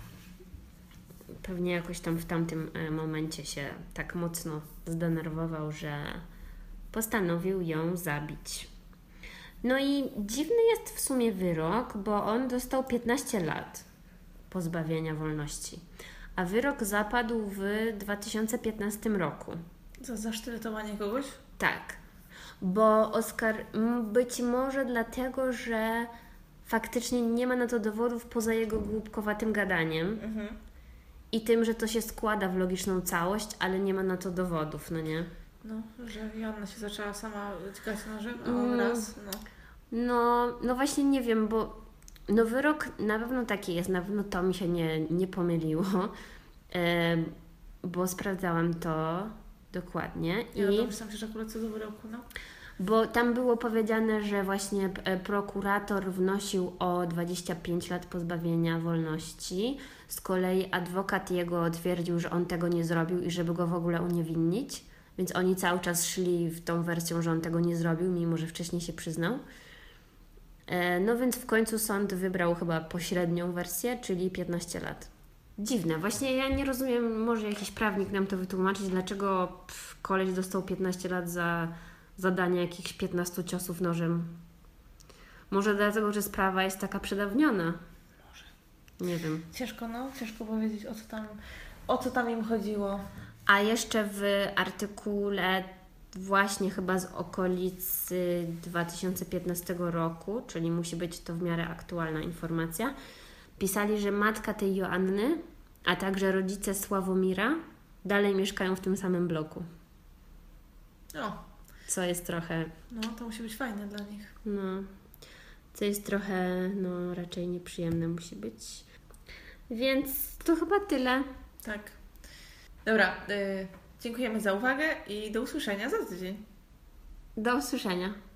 pewnie jakoś tam w tamtym momencie się tak mocno zdenerwował, że postanowił ją zabić. No i dziwny jest w sumie wyrok, bo on dostał piętnaście lat pozbawienia wolności, a wyrok zapadł w dwa tysiące piętnastym roku. Za zasztyletowanie kogoś? Tak, bo Oskar być może dlatego, że faktycznie nie ma na to dowodów poza jego głupkowatym gadaniem mhm. i tym, że to się składa w logiczną całość, ale nie ma na to dowodów, no nie? No, że Joanna się zaczęła sama dźgać nożem, a on mm. raz, no. No, no właśnie nie wiem, bo no wyrok na pewno taki jest, na pewno to mi się nie, nie pomyliło, e, bo sprawdzałam to dokładnie. Ja i myślałam, że akurat co do wyroku, no. Bo tam było powiedziane, że właśnie prokurator wnosił o dwadzieścia pięć lat pozbawienia wolności, z kolei adwokat jego twierdził, że on tego nie zrobił i żeby go w ogóle uniewinnić, więc oni cały czas szli w tą wersją, że on tego nie zrobił, mimo że wcześniej się przyznał. No więc w końcu sąd wybrał chyba pośrednią wersję, czyli piętnaście lat. Dziwne. Właśnie ja nie rozumiem, może jakiś prawnik nam to wytłumaczyć, dlaczego pff, koleś dostał piętnaście lat za zadanie jakichś piętnastu ciosów nożem. Może dlatego, że sprawa jest taka przedawniona. Może. Nie wiem. Ciężko, no. Ciężko powiedzieć, o co tam, o co tam im chodziło. A jeszcze w artykule właśnie chyba z okolicy dwa tysiące piętnastego roku, czyli musi być to w miarę aktualna informacja, pisali, że matka tej Joanny, a także rodzice Sławomira dalej mieszkają w tym samym bloku. O. Co jest trochę... No, to musi być fajne dla nich. No, co jest trochę, no, raczej nieprzyjemne musi być. Więc to chyba tyle. Tak. Dobra, y- dziękujemy za uwagę i do usłyszenia za tydzień. Do usłyszenia.